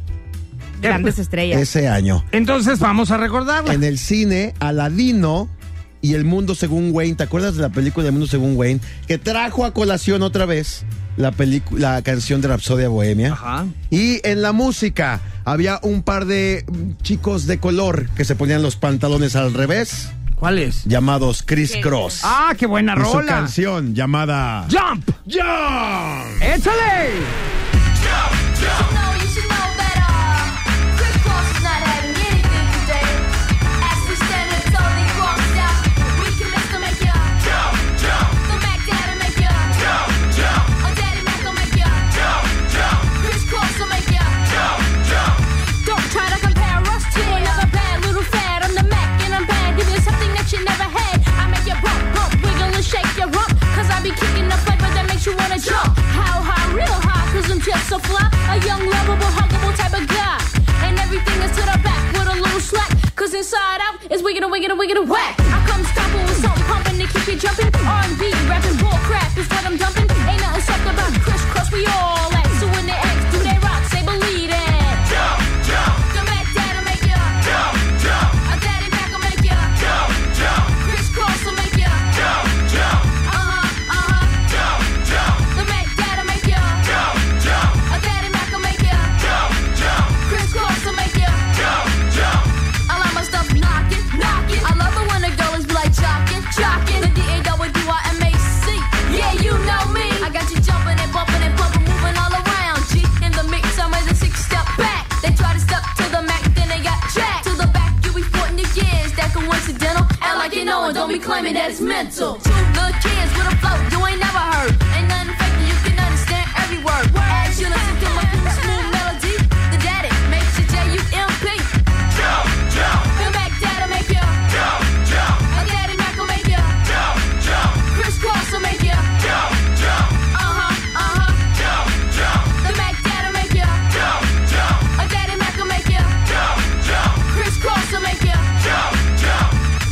Grandes estrellas. Ese año. Entonces vamos a recordarla. En el cine, Aladino y El Mundo Según Wayne. ¿Te acuerdas de la película El Mundo Según Wayne? Que trajo a colación otra vez la, pelicu- la canción de Rapsodia Bohemia. Ajá. Y en la música había un par de mm, chicos de color que se ponían los pantalones al revés, ¿Cuál es? llamados Criss ¿Qué? Cross. Ah, qué buena y su rola. canción llamada Jump. Jump. Échale. Jump, how high, real high, cause I'm just so fly. A young, lovable, huggable type of guy. And everything is to the back with a little slack. Cause inside out is wiggin' and wiggin' and wiggin' and whack. I come stomping with something pumping to keep you jumping. R and B, rapping bull crap is what I'm dumping. Ain't nothing soft about crisscross, we all at. So when the X do they rock, say believe it. Jump, jump. The Mac Dad'll make ya. Jump, jump. A Daddy Mac will make ya. Jump, jump. Crisscross will make ya. Jump, jump. Uh-huh, uh-huh. Jump, jump. The Mac Dad'll make ya. Jump, jump. A Daddy Mac will make ya. Jump, jump. Crisscross will make ya. Jump, jump. I like my stuff knocking, knocking. I love it when the girl is like jocking, jocking. The D A W I M A C. Yeah, you know me. I got you jumping and bumping and pumping, moving all around. G in the mix, I'm with a six step back. They try to step to the Mac, then they got jacked. To the back, you be sporting your gears. That coincidental. Act like you know and don't be claiming that it's mental. Two little kids with a flow you ain't never heard. Ain't nothing fake, you can understand every word. As you listen to my cool, smooth melody, the daddy makes you J U M P. Jump, jump. The Mac Dad'll make ya. Jump, jump. A Daddy Mac will make ya. Jump, jump. Crisscross will make ya. Jump, jump. Uh-huh, uh-huh. Jump, jump. The Mac Dad'll make ya. Jump, jump. A Daddy Mac will make ya. Jump, jump. Crisscross will make ya. Jump, jump.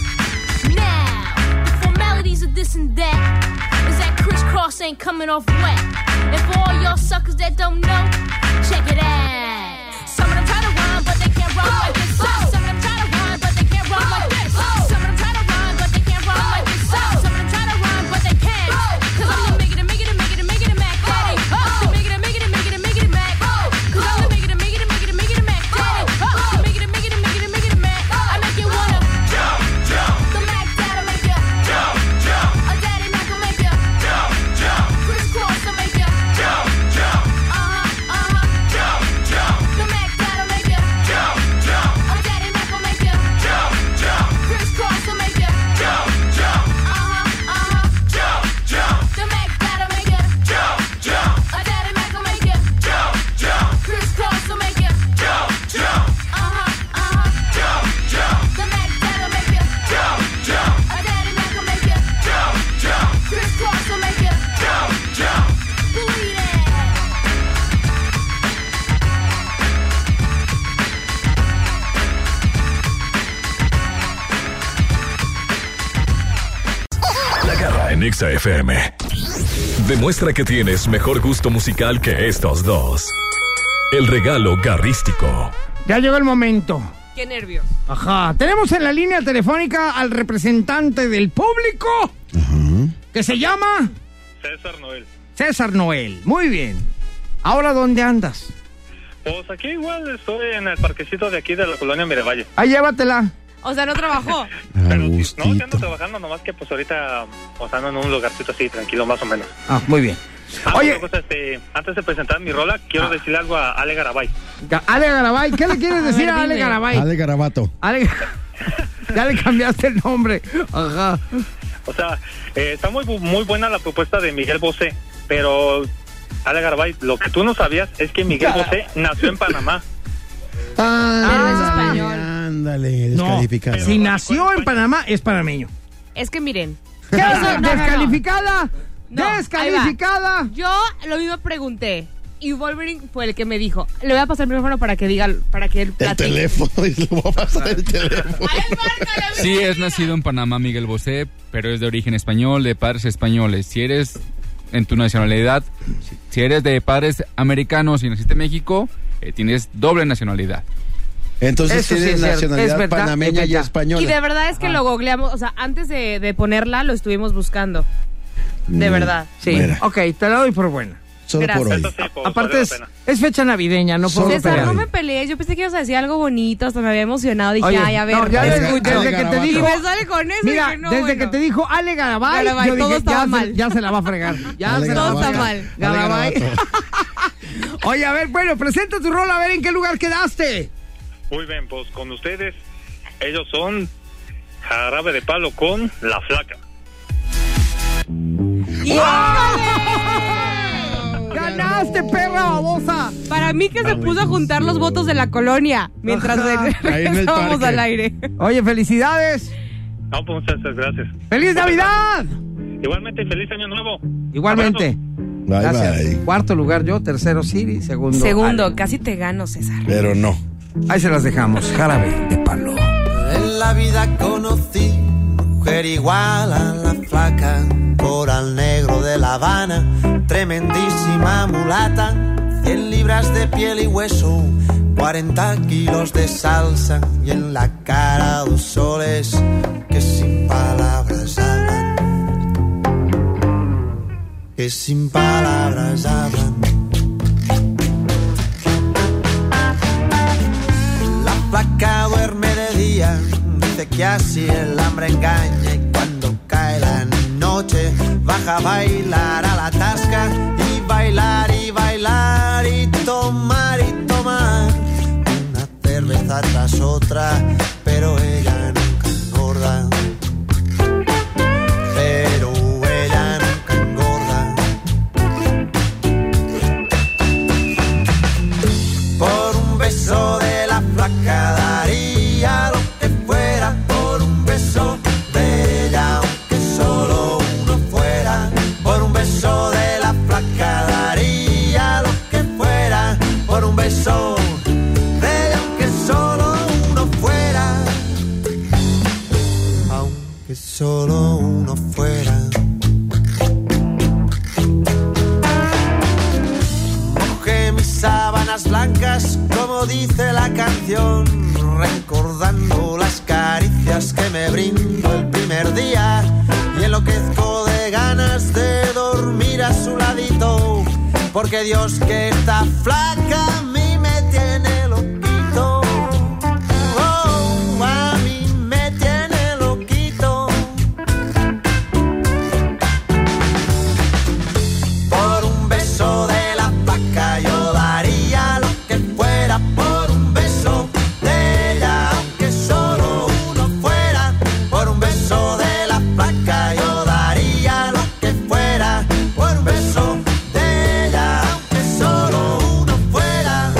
Now, the formalities of this and that is that crisscross ain't coming off wet. And for all y'all suckers that don't know, check it out. Some of them try to rhyme, but they can't rhyme like this. Some of them try to rhyme, but they can't rhyme like this. Some of them try to rhyme, but they can't rhyme like this. Some of them try to rhyme, but they can't. Cause I'm the make it, make it, make it, make it, Mac Daddy. The make it, make it, make it, make it, Mac. Cause I'm the make it, make it, make it, make it, Mac Daddy. The make it, make it, make it, make it, Mac. I make you wanna jump, jump. The Mac Dad'll make ya jump, jump. A Daddy Mac will make ya jump, jump. Crisscross will make ya jump, Exa F M. Demuestra que tienes mejor gusto musical que estos dos. El regalo garrístico. Ya llegó el momento. Qué nervios. Ajá. Tenemos en la línea telefónica al representante del público. Ajá. Que se llama César Noel. César Noel. Muy bien. Ahora, ¿dónde andas? Pues aquí igual estoy en el parquecito de aquí de la colonia Mirevalle. Ahí llévatela. O sea, no trabajó. Pero sí, no, que ando trabajando, nomás que pues ahorita, o sea, ando en un lugarcito así, tranquilo, más o menos. Ah, muy bien. Ah, Oye, pues, este, antes de presentar mi rola, quiero ah. decirle algo a Ale Garabay. Ale Garabay, ¿qué le quieres decir a, a Ale Garabay? Ale Garabato. Ale... Ya le cambiaste el nombre. Ajá. O sea, eh, está muy muy buena la propuesta de Miguel Bosé, pero Ale Garabay, lo que tú no sabías es que Miguel Bosé nació en Panamá. Ah, pero es español. Ándale, descalificado. No, si nació en Panamá, es panameño. Es que miren. ¿Qué? No, no, no, ¿Descalificada? no. No, ¿Descalificada? Yo lo mismo pregunté. Y Wolverine fue el que me dijo. Le voy a pasar el micrófono para que diga, para que él platique. El teléfono, y le voy a pasar el teléfono. Sí, es nacido en Panamá, Miguel Bosé, pero es de origen español, de padres españoles. Si eres en tu nacionalidad, si eres de padres americanos y naciste en México, eh, tienes doble nacionalidad. Entonces Eso sí tienes es cierto, nacionalidad es verdad, panameña es y verdad. española. Y de verdad es que lo googleamos, o sea, antes de, de ponerla lo estuvimos buscando. De Mm, verdad. Sí, Mira. ok, te la doy por buena. Solo por hoy. Eso sí, pues, Aparte valió es, la pena. es fecha navideña, no puedo Solo César, pelear. no me pelees. Yo pensé que ibas a decir algo bonito, hasta me había emocionado. Dije, Oye, ay, a ver, no, ya te desde, escucho. desde que te Y dijo, me sale con eso. mira, dije, no, desde bueno. que te dijo Ale Garabay, Garabay, yo todo dije, estaba ya, mal. Se, ya se la va a fregar. Ya Ale se la va a Todo está fregar. mal. Garabay. Ale Oye, a ver, bueno, presenta tu rol, a ver en qué lugar quedaste. Muy bien, pues con ustedes, ellos son Jarabe de Palo con La Flaca. ¡Ganaste, perra babosa! Para mí que se puso a juntar los votos de la colonia mientras Ajá. Ahí en el estábamos parque. al aire. Oye, felicidades. No, pues muchas gracias. ¡Feliz Navidad! Igualmente, feliz año nuevo. Igualmente. Bye, Gracias. bye. Cuarto lugar yo, tercero Siri, segundo Segundo, Ale. casi te gano, César. Pero no. Ahí se las dejamos. Jarabe de Palo. En la vida conocí mujer igual a la flaca, coral negro de La Habana, tremendísima mulata, cien libras de piel y hueso, cuarenta kilos de salsa y en la cara dos soles que sin palabras hablan, que sin palabras hablan. La flaca duerme de día, dice que así el hambre engaña, y cuando cae la noche baja a bailar a la tasca, y bailar y bailar y tomar y tomar una cerveza tras otra, pero ella nunca engorda, pero ella nunca engorda. Por un beso de la flaca daría lo que fuera, por un beso de ella, aunque solo uno fuera. Por un beso de la flaca daría lo que fuera, por un beso de ella, aunque solo uno fuera, aunque solo uno fuera. Mojé mis sábanas blancas, como dice la canción, recordando las caricias que me brindó el primer día, y enloquezco de ganas de dormir a su ladito, porque Dios que está flaca a mí me tiene loquito. Oh, a mí me tiene loquito. Por un beso de la flaca yo daría lo que fuera, por un beso de ella, aunque solo uno fuera. Por un beso de la flaca yo daría lo que fuera, por un beso de ella, aunque solo uno fuera.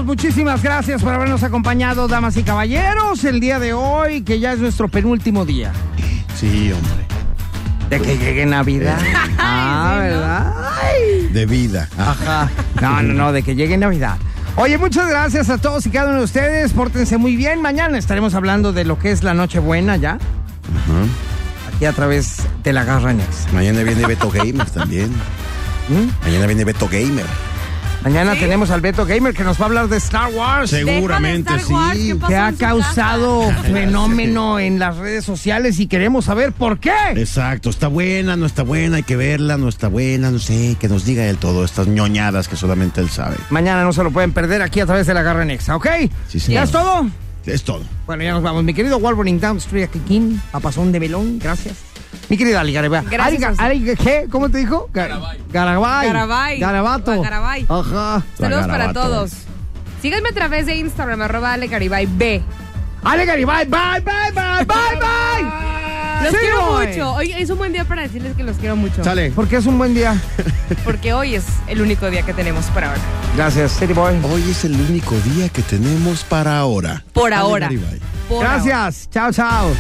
muchísimas gracias por habernos acompañado, damas y caballeros, el día de hoy, que ya es nuestro penúltimo día. Sí, hombre. De que llegue Navidad. Ah, sí, ¿no? ¿verdad? Ay. De vida. Ajá. No, no, no, de que llegue Navidad. Oye, muchas gracias a todos y cada uno de ustedes. Pórtense muy bien. Mañana estaremos hablando de lo que es la Nochebuena ya. Ajá. Aquí a través de la Garra Next. Mañana viene Beto Gamer también. ¿Mm? Mañana viene Beto Gamer. Mañana ¿Sí? tenemos al Beto Gamer que nos va a hablar de Star Wars. Seguramente Deja de Star Wars, sí. ¿qué pasó Que ha en su causado casa? fenómeno en las redes sociales y queremos saber por qué. Exacto, está buena, no está buena, hay que verla, no está buena, no sé, que nos diga él todo, estas ñoñadas que solamente él sabe. Mañana no se lo pueden perder aquí a través de la Garra Nexa, ¿ok? Sí, señor. ¿Ya es todo? Es todo. Bueno, ya nos vamos. Mi querido Wolverine Downstreet King, papazón de melón, gracias. Mi querida Ali Garibay. Gracias a usted. Ali, ¿qué? ¿Cómo te dijo? Garabay. Garabay. Garabay. Garabato. Garabay. Ajá. Saludos para Garabato. todos. Síganme a través de Instagram, arroba Ale Garibay B. Ale Garibay, bye, bye, bye, bye, bye. Los Sí, quiero boy. mucho. Hoy es un buen día para decirles que los quiero mucho. Sale. Porque es un buen día. Porque hoy es el único día que tenemos por ahora. Gracias, City Boy. Hoy es el único día que tenemos para ahora. Por Ale ahora. Garibay. Por ahora. Gracias. Chao, chao.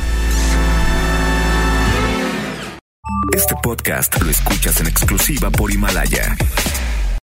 Este podcast lo escuchas en exclusiva por Himalaya.